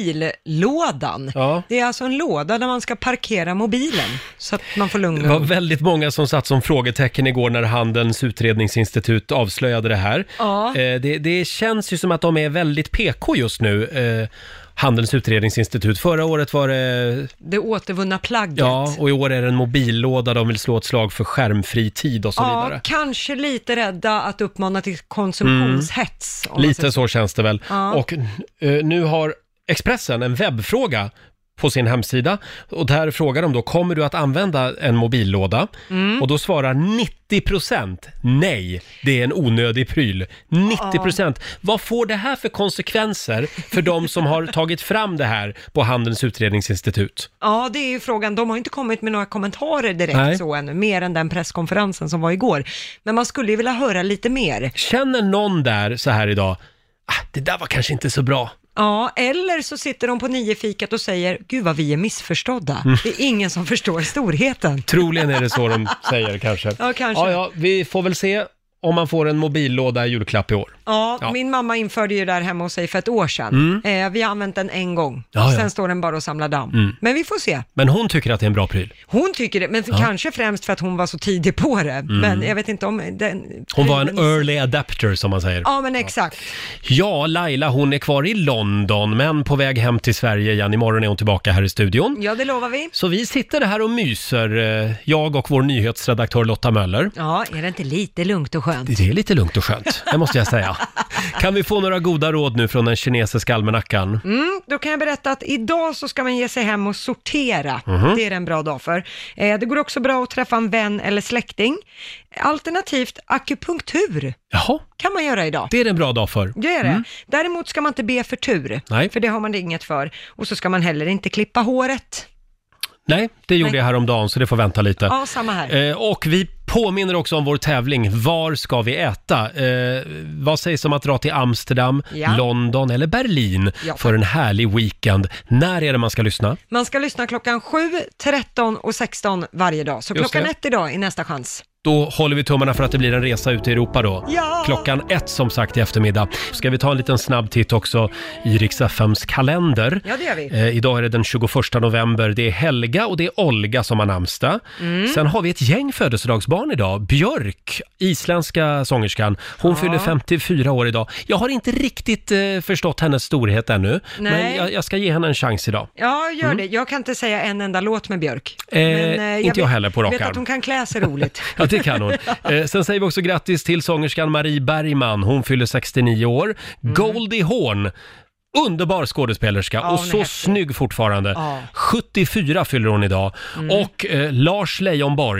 mobillådan. Ja. Det är alltså en låda där man ska parkera mobilen så att man får lugn. Det var väldigt många som satt som frågetecken igår när Handelns utredningsinstitut avslöjade det här. Ja. Eh, det, det känns ju som att de är väldigt P K just nu. Eh, Handelns utredningsinstitut. Förra året var det... Det återvunna plagget. Ja, och i år är det en mobillåda. De vill slå ett slag för skärmfri tid och så ja, vidare. Ja, kanske lite rädda att uppmana till konsumtionshets. Mm. Lite så känns det väl. Ja. Och uh, nu har Expressen en webbfråga på sin hemsida. Och där frågar de då, kommer du att använda en mobillåda? Mm. Och då svarar nittio procent nej, det är en onödig pryl. nittio procent. Ja. Vad får det här för konsekvenser för de som har tagit fram det här på Handelns utredningsinstitut? Ja, det är ju frågan. De har inte kommit med några kommentarer direkt nej. så ännu, mer än den presskonferensen som var igår. Men man skulle ju vilja höra lite mer. Känner någon där så här idag, ah, det där var kanske inte så bra. Ja, eller så sitter de på nio-fikat och säger, gud vad vi är missförstådda. Mm. Det är ingen som förstår storheten. Troligen är det så de säger kanske. Ja, kanske. Ja, ja, vi får väl se om man får en mobillåda i julklapp i år. Ja, ja, min mamma införde ju där hemma hos sig för ett år sedan. Mm. Eh, vi har använt den en gång. Ja, Sen ja. står den bara och samlar damm. Mm. Men vi får se. Men hon tycker att det är en bra pryl? Hon tycker det, men ja. kanske främst för att hon var så tidig på det. Mm. Men jag vet inte om den... Hon var en early adapter som man säger. Ja, men exakt. Ja, Laila, hon är kvar i London, men på väg hem till Sverige igen. Imorgon är hon tillbaka här i studion. Ja, det lovar vi. Så vi sitter här och myser, jag och vår nyhetsredaktör Lotta Möller. Ja, är det inte lite lugnt och skönt? Det är lite lugnt och skönt, det måste jag säga. Kan vi få några goda råd nu från den kinesiska almanackan? Mm, då kan jag berätta att idag så ska man ge sig hem och sortera. Mm-hmm. Det är en bra dag för. Eh, det går också bra att träffa en vän eller släkting. Alternativt akupunktur. Jaha. Kan man göra idag. Det är en bra dag för. Det är det. Mm. Däremot ska man inte be för tur. Nej. För det har man inget för. Och så ska man heller inte klippa håret. Nej, det gjorde Nej. jag häromdagen så det får vänta lite. Ja, samma här. Eh, och vi påminner också om vår tävling. Var ska vi äta? Eh, vad sägs om att dra till Amsterdam, ja. London eller Berlin ja. för en härlig weekend? När är det man ska lyssna? Man ska lyssna klockan sju, tretton och sexton varje dag. Så klockan ett idag är nästa chans. Då håller vi tummarna för att det blir en resa ut i Europa då. Ja! Klockan ett som sagt i eftermiddag. Ska vi ta en liten snabb titt också i Rix F M:s kalender. Ja, det gör vi. Eh, idag är det den tjugoförsta november. Det är Helga och det är Olga som har namnsdag. Mm. Sen har vi ett gäng födelsedagsbarn idag. Björk, isländska sångerskan. Hon ja. fyller femtiofyra år idag. Jag har inte riktigt eh, förstått hennes storhet ännu. Nej. Men jag, jag ska ge henne en chans idag. Ja, gör mm. det. Jag kan inte säga en enda låt med Björk. Eh, men, eh, jag inte jag heller på rak arm. Jag vet att hon kan klä sig roligt. Ja, det kan hon. Eh, sen säger vi också grattis till sångerskan Marie Bergman. Hon fyller sextionio år. Mm. Goldie Hawn. Underbar skådespelerska ja, och så häftig. Snygg fortfarande. Ja. sjuttiofyra fyller hon idag. Mm. Och eh, Lars Leijonborg,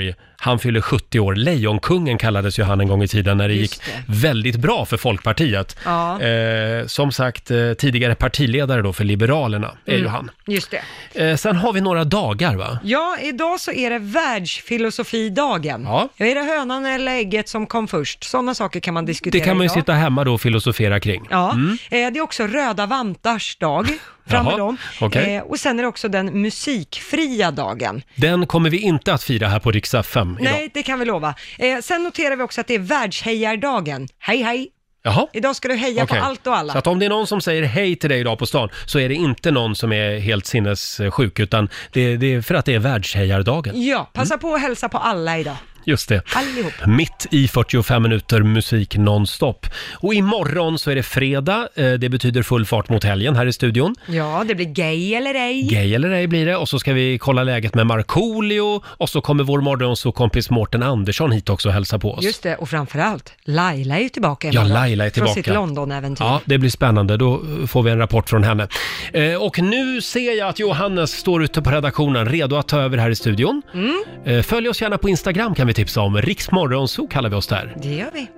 Han fyller sjuttio år. Lejonkungen kallades ju han en gång i tiden när det Just gick det. väldigt bra för Folkpartiet. Ja. Eh, som sagt, eh, tidigare partiledare då för Liberalerna är Mm. ju han. Just det. Eh, sen har vi några dagar, va? Ja, idag så är det världsfilosofidagen. Ja. Är det hönan eller ägget som kom först? Sådana saker kan man Det diskutera kan man ju idag. sitta hemma då och filosofera kring. Ja, Mm. eh, det är också röda vantars dag. Fram med Jaha, dem. okej. Eh, och sen är det också den musikfria dagen. Den kommer vi inte att fira här på Rix F M idag. Nej, det kan vi lova. Eh, sen noterar vi också att det är världshejardagen. Hej, hej! Jaha. Idag ska du heja Okej. på allt och alla. Så att om det är någon som säger hej till dig idag på stan så är det inte någon som är helt sinnessjuk utan det, det är för att det är världshejardagen. Ja, passa på att hälsa på alla idag. Just det. Allihop. Mitt i fyrtiofem minuter musik nonstop. Och imorgon så är det fredag. Eh, Det betyder full fart mot helgen här i studion. Ja, det blir gay eller ej. Gay eller ej blir det. Och så ska vi kolla läget med Markoolio. Och så kommer vår morgonsåkompis Mårten Andersson hit också och hälsa på oss. Just det, och framförallt, Laila är ju tillbaka Ja, imorgon. Laila är tillbaka. Från sitt London-äventyr. Ja, det blir spännande. Då får vi en rapport från henne. Eh, och nu ser jag att Johannes står ute på redaktionen, redo att ta över här i studion. Mm. Eh, följ oss gärna på Instagram kan vi tipsa om. Riksmorgonzoo kallar vi oss där. Det gör vi.